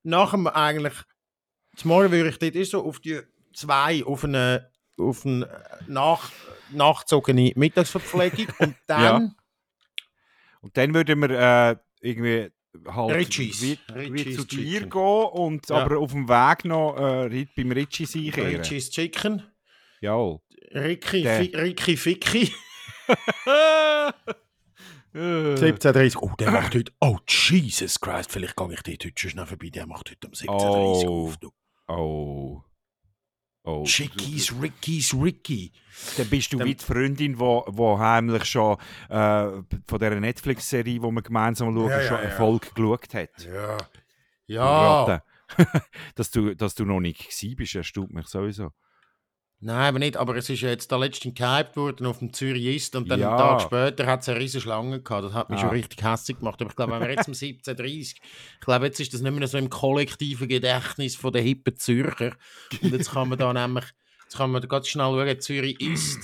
zum Morgen würde ich dort so auf die 2, auf eine nachgezogene Mittagsverpflegung und dann... Und dann würden wir irgendwie halt Ritchie's wie zu dir gehen und aber auf dem Weg noch beim Ritchie's einkehren. Ritchie's Chicken. Jawohl. Ricky Ficky. 17:30. Oh, der macht heute... Oh, Jesus Christ. Vielleicht gehe ich dort heute schon schnell vorbei. Der macht heute um 17:30 auf. Du. Oh. Ricky. Dann bist du wie die Freundin, die heimlich schon von dieser Netflix-Serie, die wir gemeinsam schauen, schon Erfolg geschaut hat. Ja. Dass du noch nicht gewesen bist, erstaunt mich sowieso. Nein, aber nicht. Aber es ist ja jetzt da letztens gehypt worden auf dem Zürich Ist und dann einen Tag später hat es eine riesige Schlange gehabt. Das hat mich schon richtig hässlich gemacht. Aber ich glaube, wenn wir jetzt um 17:30, ich glaube, jetzt ist das nicht mehr so im kollektiven Gedächtnis von den hippen Zürcher. Und jetzt kann man da nämlich, ganz schnell schauen, Zürich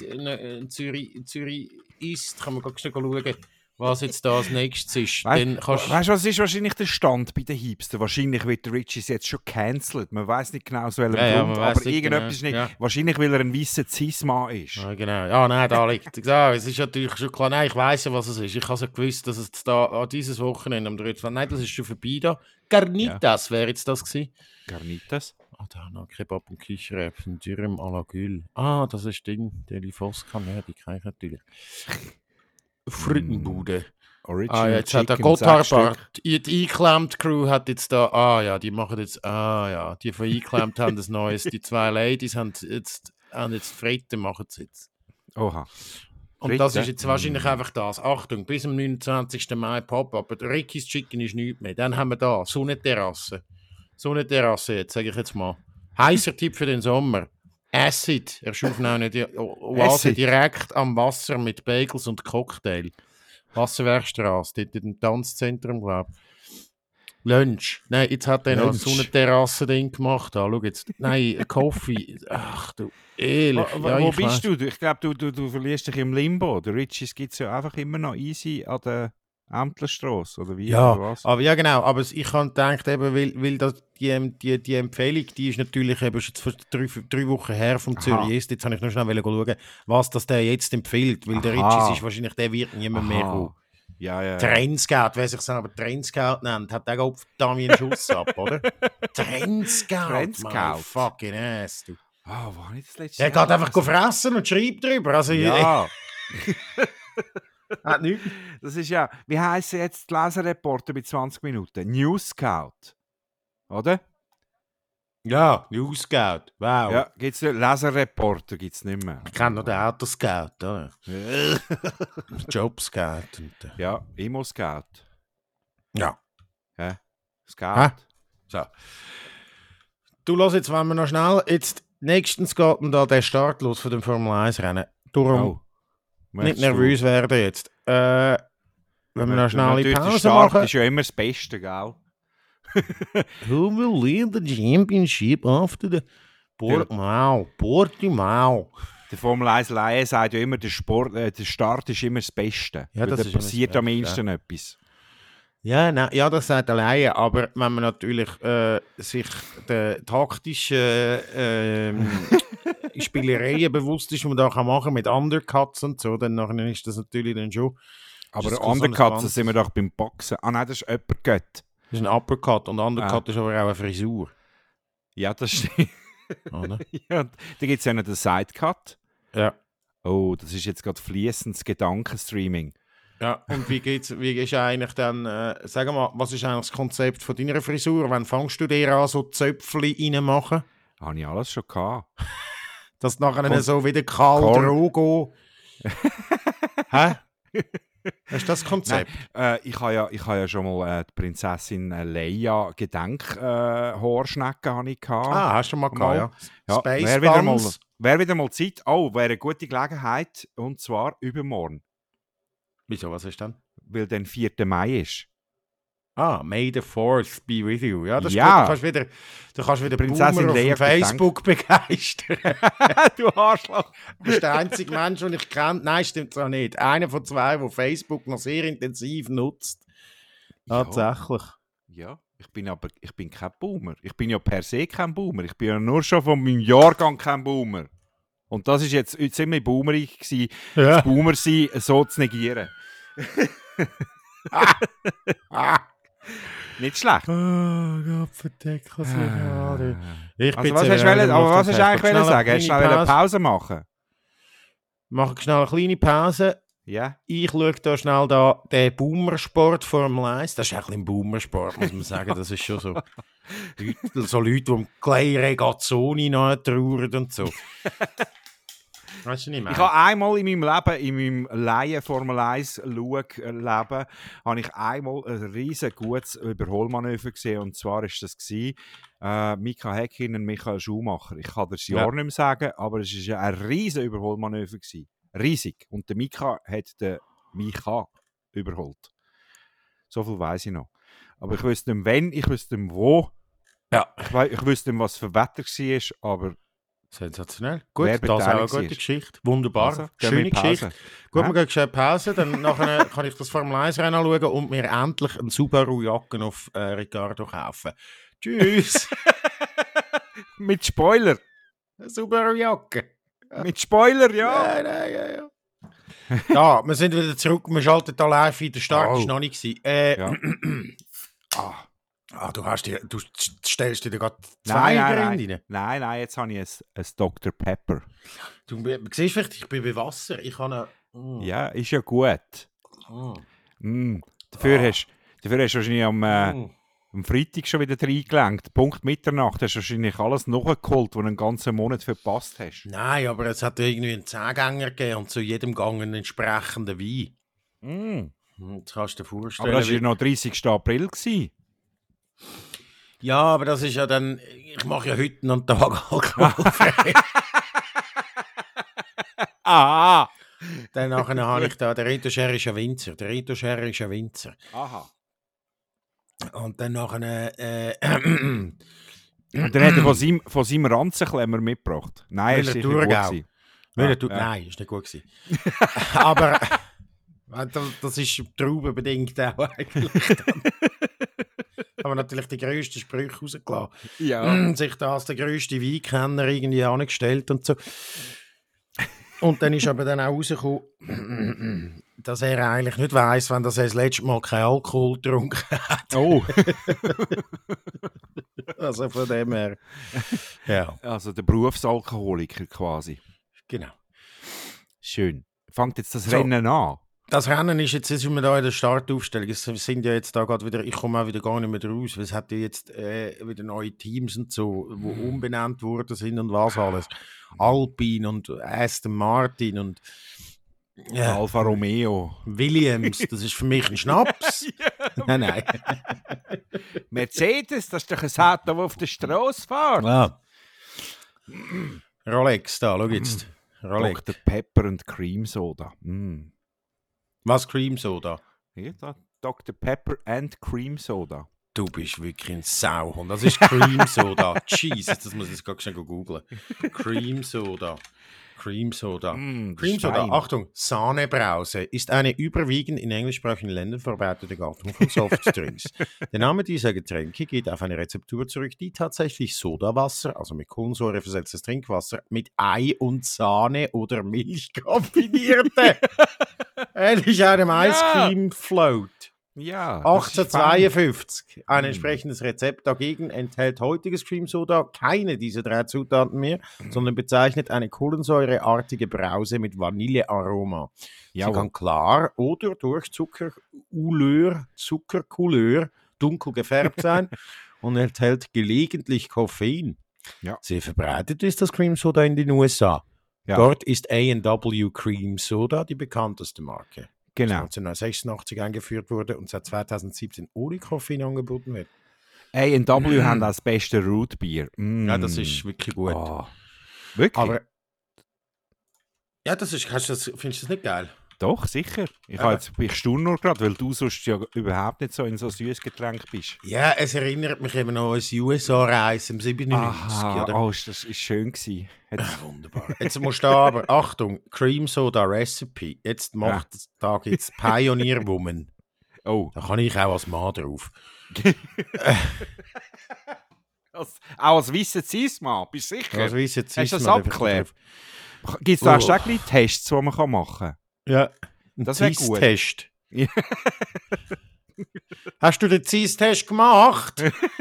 Ist, kann man ganz schnell schauen, was jetzt da als nächstes ist. Weißt du, was ist wahrscheinlich der Stand bei den Hipsters? Wahrscheinlich wird der Ritchie's jetzt schon cancelled. Man weiß nicht genau, aus welchem Grund, aber irgendetwas nicht. Ja. Wahrscheinlich, weil er ein weißer Cis-Mann ist. Ja, genau. Ja, nein, da liegt. Ja, es ist natürlich schon klar. Nein, ich weiss ja, was es ist. Ich habe ja gewusst, dass es da an dieses Wochenende am 3. Nein, das ist schon vorbei da. Garnitas wäre jetzt das gewesen. Garnitas? Da noch Kebab und Kichererbsen, Dürüm à la Gül. Das ist Ding, der Foskan, ja, die kann ich natürlich. Frittenbude. Jetzt hat der Gotthardbar, die Eingeklemmt-Crew hat jetzt da, die machen jetzt, die von Eingeklemmt haben das Neues, die 2 Ladies haben jetzt Fritten, machen sie jetzt. Oha. Und Fritten? Das ist jetzt wahrscheinlich einfach das. Achtung, bis am 29. Mai Pop-Up, aber Ricky's Chicken ist nichts mehr. Dann haben wir da Sonnenterrasse jetzt, sage ich jetzt mal. Heißer Tipp für den Sommer. Acid, er schuf noch eine Oase direkt am Wasser mit Bagels und Cocktail. Wasserwerkstraße, dort in dem Tanzzentrum, glaube ich. Lunch. Nein, jetzt hat er noch ein Sonnenterrasse-Ding gemacht. Schau jetzt. Nein, Coffee. Ach du, ehrlich. Wo bist du? Ich glaube, du verlierst dich im Limbo. Der Ritchie's gibt es ja einfach immer noch easy an der Ämtlerstrasse, oder wie? Ja, oder was? aber ja genau. Aber ich habe gedacht, eben, weil das, die Empfehlung, die ist natürlich eben schon vor 3 Wochen her vom Zürich Ist. Jetzt habe ich noch schnell schauen, was das der jetzt empfiehlt. Weil der Ritchie's ist wahrscheinlich, der wird niemand mehr kommen. Ja. Trendscout, wer sich aber Trendscout nennt, hat der Kopf da wie einen Schuss ab, oder? Trendscout, fucking ass, du. War nicht das letzte Der geht einfach fressen und schreibt drüber. Also, ja. Nicht. Das ist ja, wie heissen jetzt die Leserreporter bei 20 Minuten? News Scout. Oder? Ja, News Scout. Wow. Ja, gibt's nicht. Leserreporter gibt es nicht mehr. Ich kenne noch den Autoscout, oder? Job Scout. Ja, Immo Scout. Ja. Ja, Scout. Hä? So. Du lass jetzt, wenn wir noch schnell, jetzt nächstens geht da der Start los von dem Formel 1 Rennen. Darum nicht nervös werden jetzt. Wenn wir noch schnell eine Pause Start machen. ist ja immer das Beste, gell? Who will win the championship after the Portimao? Der Formel 1 Laie sagt ja immer, der Start ist immer das Beste. Ja, das da passiert am menschsten etwas. Ja, ja, das sagt alleine, aber wenn man natürlich sich der taktischen Spielereien bewusst ist, die man da machen kann mit Undercuts und so, dann nachher ist das natürlich dann schon... Aber Undercuts sind wir doch beim Boxen. Ah nein, das ist Uppercut. Das ist ein Uppercut und Undercut ist aber auch eine Frisur. Ja, das stimmt. Oder? Ja, da gibt es ja noch den Sidecut. Ja. Oh, das ist jetzt gerade fließendes Gedankenstreaming. Ja, und wie ist eigentlich dann, sag mal, was ist eigentlich das Konzept von deiner Frisur? Wann fängst du dir an, so Zöpfchen reinmachen? Habe ich alles schon gehabt. Dass nachher so wie der Karl Drogo... Hä? Ist das Konzept? Nein, ich habe ja schon mal die Prinzessin Leia Gedenk-Haarschnecken gehabt. Ah, hast du mal gehabt, ja. Space Wäre wieder mal Zeit. Oh, wäre eine gute Gelegenheit. Und zwar übermorgen. Wieso, was ist denn? Weil dann 4. Mai ist. Ah, May the 4th be with you. Ja, das ist ja. gut. Du kannst wieder Prinzessin Boomer Leia auf Facebook begeistern. Du Arschloch. Du bist der einzige Mensch, den ich kenne. Nein, stimmt so nicht. Einer von zwei, der Facebook noch sehr intensiv nutzt. Tatsächlich. Ja, ich bin kein Boomer. Ich bin ja per se kein Boomer. Ich bin ja nur schon von meinem Jahrgang kein Boomer. Und das ist jetzt ziemlich boomerig gewesen, das Boomer sein so zu negieren. Nicht schlecht. Oh Gott, verdeckt was ich gerade. Was hast du eigentlich sagen? Hast du schnell eine Pause machen? Mach schnell eine kleine Pause. Ja. Ich schaue da schnell den Boomersport Formel 1. Das ist ein bisschen Boomersport, muss man sagen. Das ist schon so. Leute, die um Clay Regazzoni noch trauern und so. Weißt du nicht mehr? Ich habe einmal in meinem Leben, in meinem Laien-Formel 1-Leben, habe ich einmal ein riesen gutes Überholmanöver gesehen. Und zwar war das Mika Häkkinen und Michael Schumacher. Ich kann das Jahr nicht mehr sagen, aber es war ja ein riesen Überholmanöver gewesen. Riesig. Und der Mika hat den Micha überholt. So viel weiss ich noch. Aber ich wüsste nicht wann, ich wüsste nicht wo. Ja. Ich wüsste nicht, was für Wetter war, aber... Sensationell. Gut, das ist auch eine gute Geschichte. Wunderbar. Also, schöne Geschichte. Gut, wir gehen schnell Pause. Dann nachher kann ich das Formel 1 Rennen anschauen und mir endlich einen Subaru-Jacken auf Ricardo kaufen. Tschüss. Mit Spoiler. Eine Subaru-Jacke. Mit Spoiler, ja. Ja. Ja, wir sind wieder zurück. Wir schalten da live ein. Der Start war noch nicht gewesen. Du stellst dir gerade zwei rein. Nein, jetzt habe ich ein Dr. Pepper. Du siehst vielleicht, ich bin bei Wasser. Ich habe Ja, ist ja gut. Dafür hast du wahrscheinlich am Freitag schon wieder reingelenkt. Punkt Mitternacht hast du wahrscheinlich alles nachgeholt, was du einen ganzen Monat verpasst hast. Nein, aber es hat irgendwie einen 10-Gänger gegeben und zu jedem Gang einen entsprechenden Wein. Das kannst du dir vorstellen. Aber das war ja noch 30. April gewesen. Ja, aber das ist ja dann... Ich mache ja heute noch einen Tag alkoholfrei. Aha! Dann nachher habe ich da... Der Rito Scher ist ein Winzer. Aha. Und dann nachher... Und dann hat er von seinem Ranzenklemmer mitgebracht. Nein, ist nicht gut gewesen. Nein, ist nicht gut gewesen. Aber... Das ist traubenbedingt auch eigentlich. Aber natürlich die grössten Sprüche rausgelassen. Ja. Sich da als der grösste Weinkenner irgendwie angestellt und so. Und dann ist aber dann auch rausgekommen, dass er eigentlich nicht weiss, wenn er das letzte Mal keinen Alkohol getrunken hat. Oh. Also von dem her. Ja. Also der Berufsalkoholiker quasi. Genau. Schön. Fängt jetzt das Rennen an? Das Rennen ist jetzt sind wir da in der Startaufstellung. Es sind ja jetzt da gerade wieder, ich komme auch wieder gar nicht mehr raus, weil es hat ja jetzt wieder neue Teams und so, wo umbenannt worden sind und was alles. Alpine und Aston Martin und Alfa Romeo. Williams, das ist für mich ein Schnaps. Nein. Mercedes, das ist doch ein Auto, das auf der Straße fährt. Ah. Rolex da, schau jetzt. Rolex. Dr. Pepper und Cream Soda. Was, Cream Soda? Ja, da, Dr. Pepper and Cream Soda. Du bist wirklich ein Sauhund. Das ist Cream Soda. Jesus, das muss ich jetzt gerade schnell googeln. Cream Soda. Cream Soda. Cream Soda, Achtung, Sahnebrause ist eine überwiegend in englischsprachigen Ländern verbreitete Gattung von Softdrinks. Der Name dieser Getränke geht auf eine Rezeptur zurück, die tatsächlich Sodawasser, also mit Kohlensäure versetztes Trinkwasser, mit Ei und Sahne oder Milch kombinierte. Ähnlich einem Ice Cream Float. Ja, 1852. Ein entsprechendes Rezept dagegen enthält heutiges Cream Soda keine dieser 3 Zutaten mehr, sondern bezeichnet eine kohlensäureartige Brause mit Vanillearoma. Sie kann klar oder durch Zuckercouleur dunkel gefärbt sein und enthält gelegentlich Koffein. Ja. Sehr verbreitet ist das Cream Soda in den USA. Ja. Dort ist A&W Cream Soda die bekannteste Marke. Genau. Das 1986 eingeführt wurde und seit 2017 ohne Koffein angeboten wird. A&W haben das beste Rootbier. Ja, das ist wirklich gut. Oh. Wirklich? Aber ja, findest du das nicht geil? Doch, sicher. Ich staune nur gerade, weil du sonst ja überhaupt nicht so in so süßes Getränk bist. Ja, es erinnert mich eben an unsere USA-Reise im 97. Oder? Oh, das war schön gewesen. Wunderbar. Jetzt musst du aber, Achtung, Cream Soda Recipe. Jetzt macht da jetzt Pioneer Woman. Oh. Da kann ich auch als Mann drauf. Auch als weißer Cis-Mann, bist du sicher? Als weißer Cis-Mann. Hast du das abgeklärt? Gibt es da auch Tests, die man machen kann? Ja, das wäre gut. Test. Hast du den CIS-Test gemacht?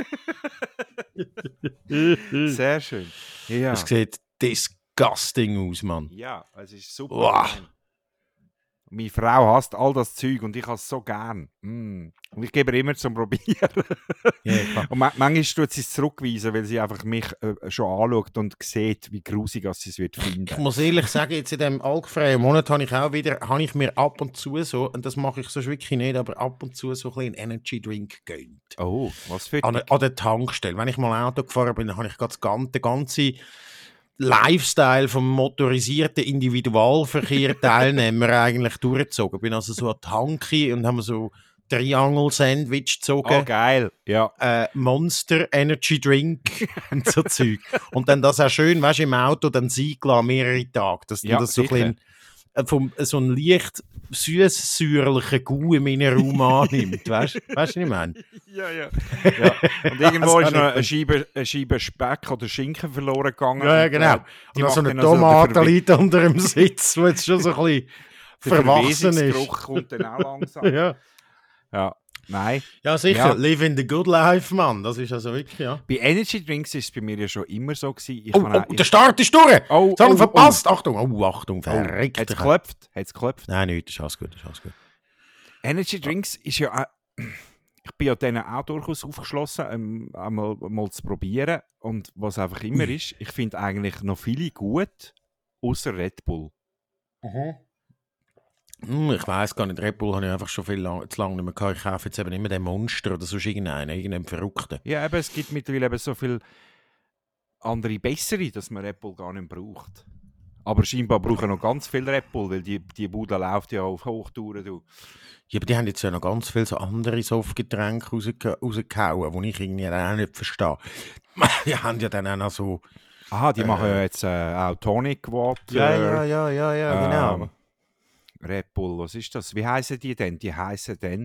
Sehr schön. Ja. Das sieht disgusting aus, Mann. Ja, es ist super. Wow. Meine Frau hasst all das Zeug und ich habe es so gern. Und ich gebe ihr immer zum Probieren. Yeah, und manchmal tut sie es zurückweisen, weil sie einfach mich schon anschaut und sieht, wie grusig sie es wird finden. Ich muss ehrlich sagen, jetzt in diesem alkoholfreien Monat habe ich mir ab und zu so, und das mache ich sonst wirklich nicht, aber ab und zu so ein bisschen Energy Drink gegönnt. Oh, was für an der Tankstelle. Wenn ich mal Auto gefahren bin, dann habe ich den ganzen Lifestyle vom motorisierten Individualverkehr-Teilnehmer eigentlich durchgezogen. Bin also so an Tanki und haben so Triangle-Sandwich gezogen. Oh, geil. Ja. Monster Energy Drink und so Zeug. Und dann das auch schön, weißt du, im Auto dann sein gelassen, mehrere Tage. Dass dann das so ein bisschen, so ein leicht süß-säuerlichen Gau in meinen Raum annimmt. Weißt du, was ich meine? Ja. Und irgendwo ist noch eine Scheibe Speck oder Schinken verloren gegangen. Ja, genau. Und so eine Tomate liegt unter dem Sitz, wo jetzt schon so ein bisschen verwachsen ist. Der Geruch kommt dann auch langsam. Ja, nein. Ja, sicher. Ja. Live in the good life, Mann. Das ist also wirklich, ja. Bei Energy Drinks war es bei mir ja schon immer so gewesen. Der Start ist durch! Das haben wir verpasst! Achtung, verreckt. Hat es geklopft? Nein, nicht. Das ist alles gut. Energy Drinks ist ja... Ich bin ja denen auch durchaus aufgeschlossen, einmal zu probieren. Und was einfach immer ist, ich finde eigentlich noch viele gut, außer Red Bull. Ich weiss gar nicht, Red Bull habe ich einfach schon zu lange nicht mehr gehabt. Ich kaufe jetzt eben immer den Monster oder sonst irgendeinen Verrückten. Ja, aber es gibt mittlerweile eben so viele andere bessere, dass man Red Bull gar nicht braucht. Aber scheinbar brauchen noch ganz viel Red Bull, weil die Bude läuft ja auf Hochtouren. Du. Ja, aber die haben jetzt ja noch ganz viele so andere Softgetränke rausgehauen, die ich irgendwie auch nicht verstehe. Die haben ja dann auch noch so... Aha, die machen ja jetzt auch Tonic Water. Ja, genau. Red Bull, was ist das? Wie heissen die denn? Die heissen dann...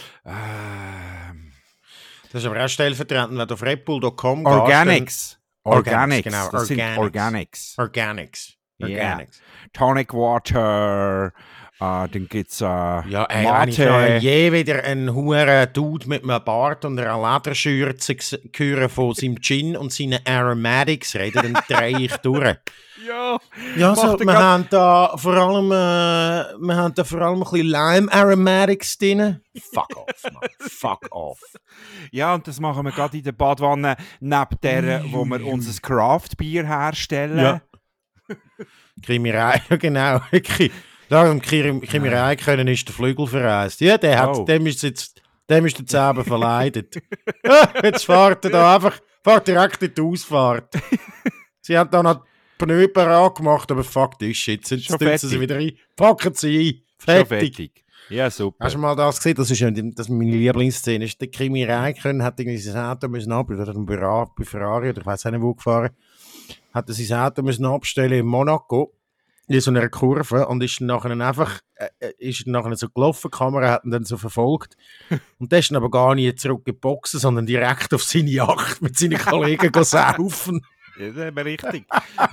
Das ist aber auch stellvertretend, wenn du auf redbull.com Organics. Organics, genau. Das sind Organics. Organics. Yeah. Tonic Water, Dann gibt es ja, wenn ich noch je wieder einen huren Dude mit einem Bart und einer Lederschürze höre von seinem Gin und seinen Aromatics reden, dann drehe ich durch. Ja, so, wir haben da vor allem ein bisschen Lime Aromatics drin. Fuck off, man. Fuck off. Ja, und das machen wir gerade in der Badwanne, neben der, wo wir unser Craft-Bier herstellen. Ja. Krimi genau. Darum Krimi Räikkönen ist der Flügel verreist. Ja, dem ist jetzt eben verleidet. Jetzt fährt er da einfach direkt in die Ausfahrt. Sie haben da noch Pneu parat gemacht, aber fuck this shit. Jetzt tun sie wieder ein. Packen sie ein. Fertig. Ja, super. Hast du mal das gesehen? Das ist meine Lieblingsszene. Der Krimi Räikkönen hat irgendwie sein Auto müssen abstellen. Bei Ferrari oder ich weiß nicht wo gefahren. Hat er sein Auto müssen abstellen in Monaco. In so einer Kurve und ist dann nachher so gelaufen, die Kamera hat ihn dann so verfolgt und der ist dann aber gar nicht zurück in die Boxen, sondern direkt auf seine Yacht mit seinen Kollegen saufen. Ja, das ist aber richtig.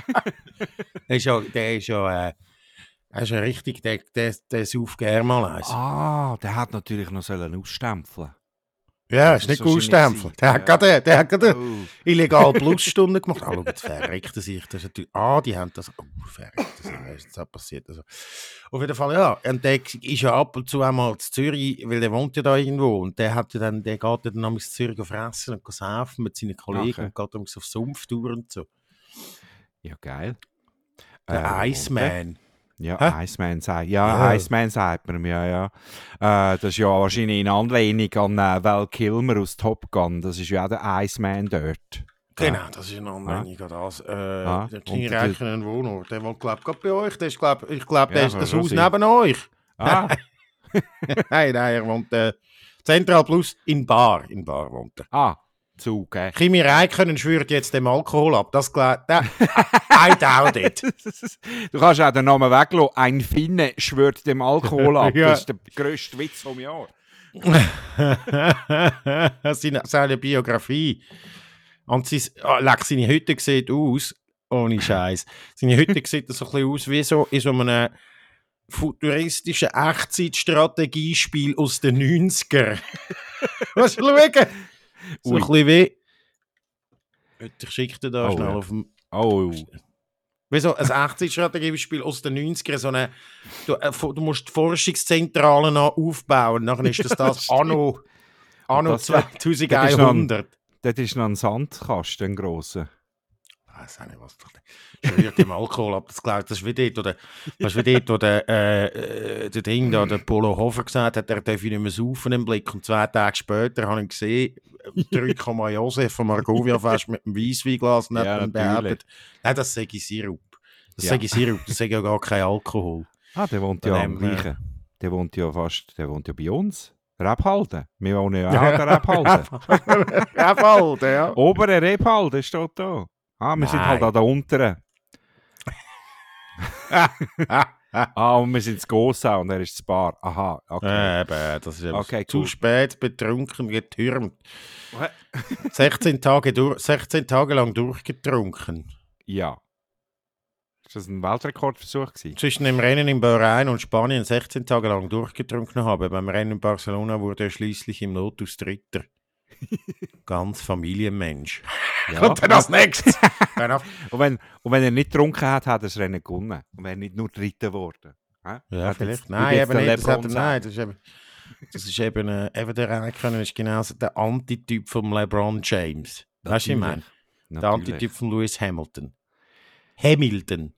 Der ist ja richtig, der sauft gerne mal eins. Der hat natürlich noch ausstempeln. Ja, ist nicht ausstempeln. Der hat gerade illegal Plusstunden gemacht. Schau, jetzt verreckt er sich. Das ist natürlich, die haben das. Verreckt er sich. Das passiert. Also. Auf jeden Fall, ja. Und der ist ja ab und zu einmal zu Zürich, weil der wohnt ja da irgendwo. Und der geht dann in Zürich fressen und saufen mit seinen Kollegen und geht dann auf Sumpftour und so. Ja, geil. Der Iceman. Ja, Iceman sagt. Ja, Iceman sagt man mir, ja. Das ist ja wahrscheinlich in Anlehnung an Val Kilmer aus Top Gun. Das ist ja auch der Iceman dort. Genau, das ist in Anlehnung an das. Der Krimi Räikkönen Wohnort. Der wohnt, glaube ich, gerade bei euch. Ich glaube, der ist das Haus neben euch. Nein, er wohnt Central Plus in Bar. In Bar wohnt er. Zug, Krimi Räikkönen schwört jetzt dem Alkohol ab. Das I doubt it. Du kannst auch den Namen weglassen. Ein Finne schwört dem Alkohol ab. Ja. Das ist der grösste Witz vom Jahr. Seine Biografie. Und seine Hütte sieht aus, ohne Scheiß. Seine Hütte sieht so ein bisschen aus wie so in so einem futuristischen Echtzeitstrategiespiel aus den 90er. Was schauen? So ein bisschen wie. Ich schicke dir da schnell auf dem. Wie so ein 80-Strategiespiel aus den 90ern. Du musst die Forschungszentralen aufbauen. Dann ist das Anno 2100. Das ist noch ein Sandkasten, ein grosser. Ich weiß auch nicht, was das schwört im Alkohol ab. Das ist wie dort, wo der Ding da, der Polo Hofer gesagt hat, er darf nicht mehr saufen im Blick. Und 2 Tage später habe ich gesehen, 3, Josef von Margovia fest mit einem Weissweinglas und hat dann behauptet, nein, das sage ich Sirup. Das sage ja gar kein Alkohol. Der wohnt ja am gleichen. Der wohnt ja bei uns. Rebhalden. Wir wohnen ja auch an der Rebhalden. Rebhalden, ja. Obere Rebhalden steht da. Wir sind halt an der unteren. Und wir sind zu Gossau und er ist zu Bar. Aha, okay. Das ist okay, zu spät betrunken getürmt. 16 Tage lang durchgetrunken. Ja. Ist das ein Weltrekordversuch gewesen? Zwischen dem Rennen in Bahrain und Spanien 16 Tage lang durchgetrunken habe. Beim Rennen in Barcelona wurde er schließlich im Lotus Dritter. Ganz Familienmensch. Ja. Und dann als nächstes. und wenn er nicht getrunken hat, hat er das Rennen gewonnen. Und wäre nicht nur Dritter geworden. Ja, vielleicht. Nein, eben nicht. Das ist eben der Räikkönen ist genau der Antityp von LeBron James. Weißt du, was ich meine? Der Antityp von Lewis Hamilton. Hamilton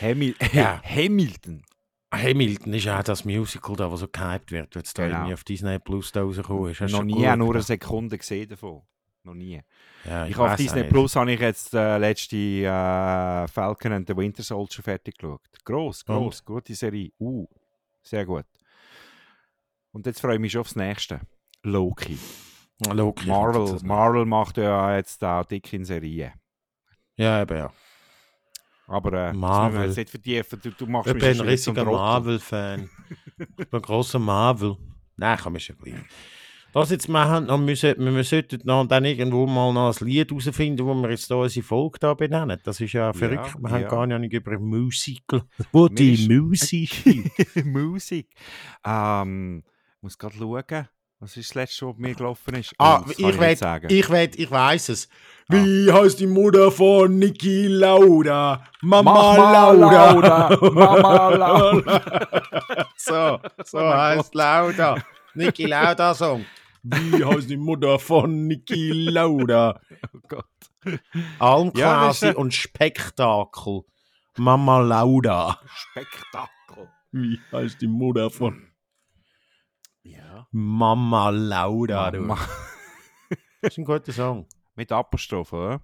ist auch das Musical, da, das so gehypt wird, wenn es da irgendwie auf Disney Plus da rausgekommen ist. Noch nie nur eine Sekunde gesehen davon. Noch nie. Ja, ich auf Disney Plus habe ich jetzt letzte Falcon and the Winter Soldier fertig geschaut. Gross, gute Serie. Sehr gut. Und jetzt freue ich mich schon aufs nächste. Loki. Marvel macht ja jetzt auch dick in Serie. Ja, eben ja. Aber Marvel. Das nicht vertiefen. Du machst mich ein riesiger Marvel-Fan. Ich bin ein grosser Marvel. Nein, kann mich schon gleich. Das jetzt, wir sollten dann irgendwo mal noch ein Lied herausfinden, wo wir jetzt da unsere Folge da benennen. Das ist ja verrückt. Wir haben gar nicht über Musik. Wo die Musik? Musik. Muss gerade schauen. Was ist das letzte, was mir gelaufen ist? Ich weiss es. Wie heißt die Mutter von Niki Lauda? Mama Lauda. Mama Lauda. so heißt Lauda. Niki Lauda Song. Wie heißt die Mutter von Niki Lauda? Oh Gott. Almklause und Spektakel. Mama Lauda. Spektakel. Wie heißt die Mutter von... Ja. Mama Lauda. Mama. Das ist ein guter Song. Mit Apostroph, oder?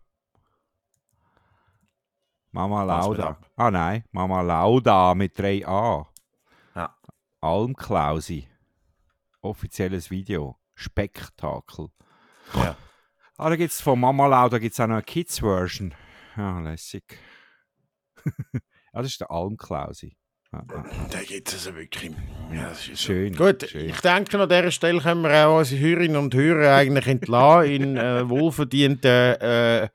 Mama Lauda. Ah nein, Mama Lauda mit 3a. Ja. Almklausi. Offizielles Video. Spektakel. Ja. Ah, da gibt es von Mama Lauda gibt's auch noch eine Kids-Version. Ja, lässig. Das ist der Almklausi. Da gibt es also wirklich. Ja, das ist schön. So. Gut, schön. Ich denke, an dieser Stelle können wir auch unsere Hörerinnen und Hörer eigentlich entlassen in wohlverdienten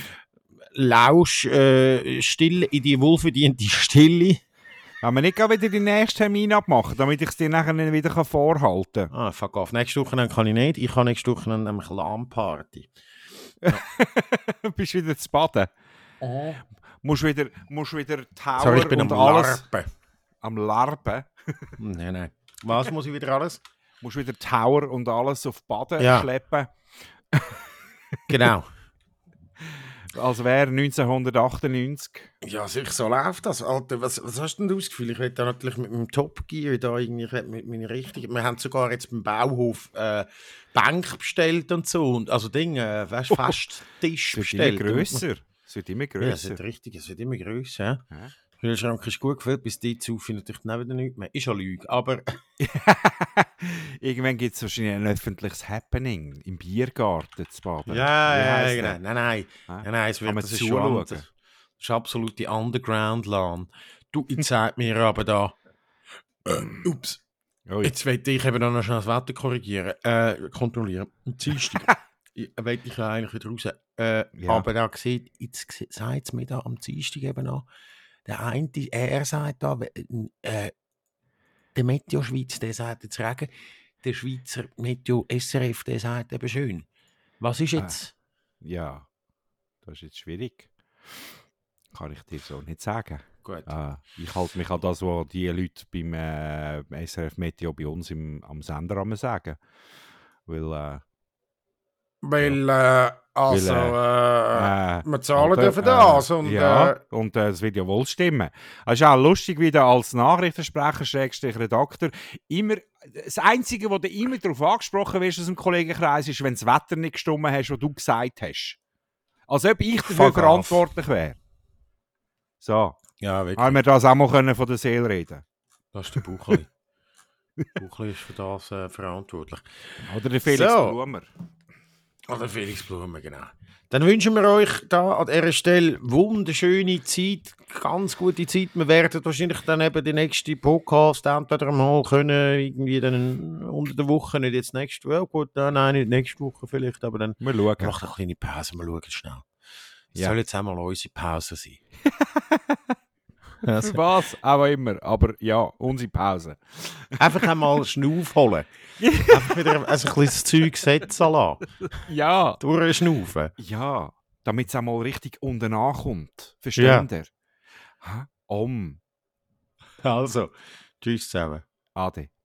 Stille, in die wohlverdiente Stille. Wenn wir nicht wieder den nächsten Termin abmachen, damit ich es dir nachher nicht wieder vorhalten kann. Ah, fuck off. Nächste Woche kann ich nicht. Ich habe nächste Woche nämlich LAN-Party. Ja. Bist du wieder zu baden? Oh. Musst wieder Tower Sorry, ich bin und am alles... Larpen. Am Larpen? Nein. Was muss ich wieder alles? Musst wieder Tower und alles auf Baden schleppen. Genau. Als wäre 1998. Ja, sicher, so läuft das. Alter, was hast du denn das Gefühl? Ich will da natürlich mit meinem Top Gear da irgendwie, ich will mit meiner richtigen... Wir haben sogar jetzt beim Bauhof Bank bestellt und so. Und, also Dinge, fast Tisch bestellt. Es wird immer grösser. Ja, es wird immer grösser. Ja. Der Kühlschrank ist gut gefüllt, bis die zu natürlich dann wieder nichts mehr. Ist ja Lüge, aber... Irgendwann gibt es wahrscheinlich ein öffentliches Happening im Biergarten zu baden. Ja, genau. Nein, es wird das ist schon das ist absolute Underground-Lan. Du, jetzt sagt mir aber da... ups. Oh, jetzt will ich eben noch schnell das Wetter kontrollieren. Am Dienstag will ich eigentlich wieder raus. Aber da jetzt sagt es mir da am Dienstag eben noch, der eine, er sagt da, der Meteo Schweiz, der sagt jetzt Regen, der Schweizer Meteo SRF, der sagt eben schön. Was ist jetzt? Ja, das ist jetzt schwierig. Kann ich dir so nicht sagen. Gut. Ich halte mich an das, was die Leute beim SRF Meteo bei uns am Sender sagen. Wir zahlen dafür das. Und, und das wird ja wohl stimmen. Es ist auch lustig, wie du als Nachrichtensprecher, Redakteur, immer, das Einzige, was du immer darauf angesprochen wirst aus dem Kollegenkreis, ist, wenn das Wetter nicht gestimmt hast, was du gesagt hast. Als ob ich dafür verantwortlich wäre. So. Ja, wirklich. Haben wir das auch mal von der Seele reden? Das ist der Buchli. Buchli ist für das verantwortlich. Oder der Felix Blumer. Oder Felix Blumer, genau. Dann wünschen wir euch da an dieser Stelle wunderschöne Zeit, ganz gute Zeit. Wir werden wahrscheinlich dann eben den nächsten Podcast entweder mal können, irgendwie dann unter der Woche, nicht jetzt nächste Woche, gut, nein, nicht nächste Woche vielleicht, aber dann wir schauen. Macht eine kleine Pause, wir schauen schnell. Das soll jetzt einmal unsere Pause sein. Für was? Auch immer. Aber ja, unsere Pause. Einfach einmal Schnauf holen. Einfach wieder ein bisschen Zeug setzen lassen. Ja. Durchschnaufen. Ja, damit es einmal richtig unten ankommt. Versteht ihr? Also, tschüss zusammen. Ade.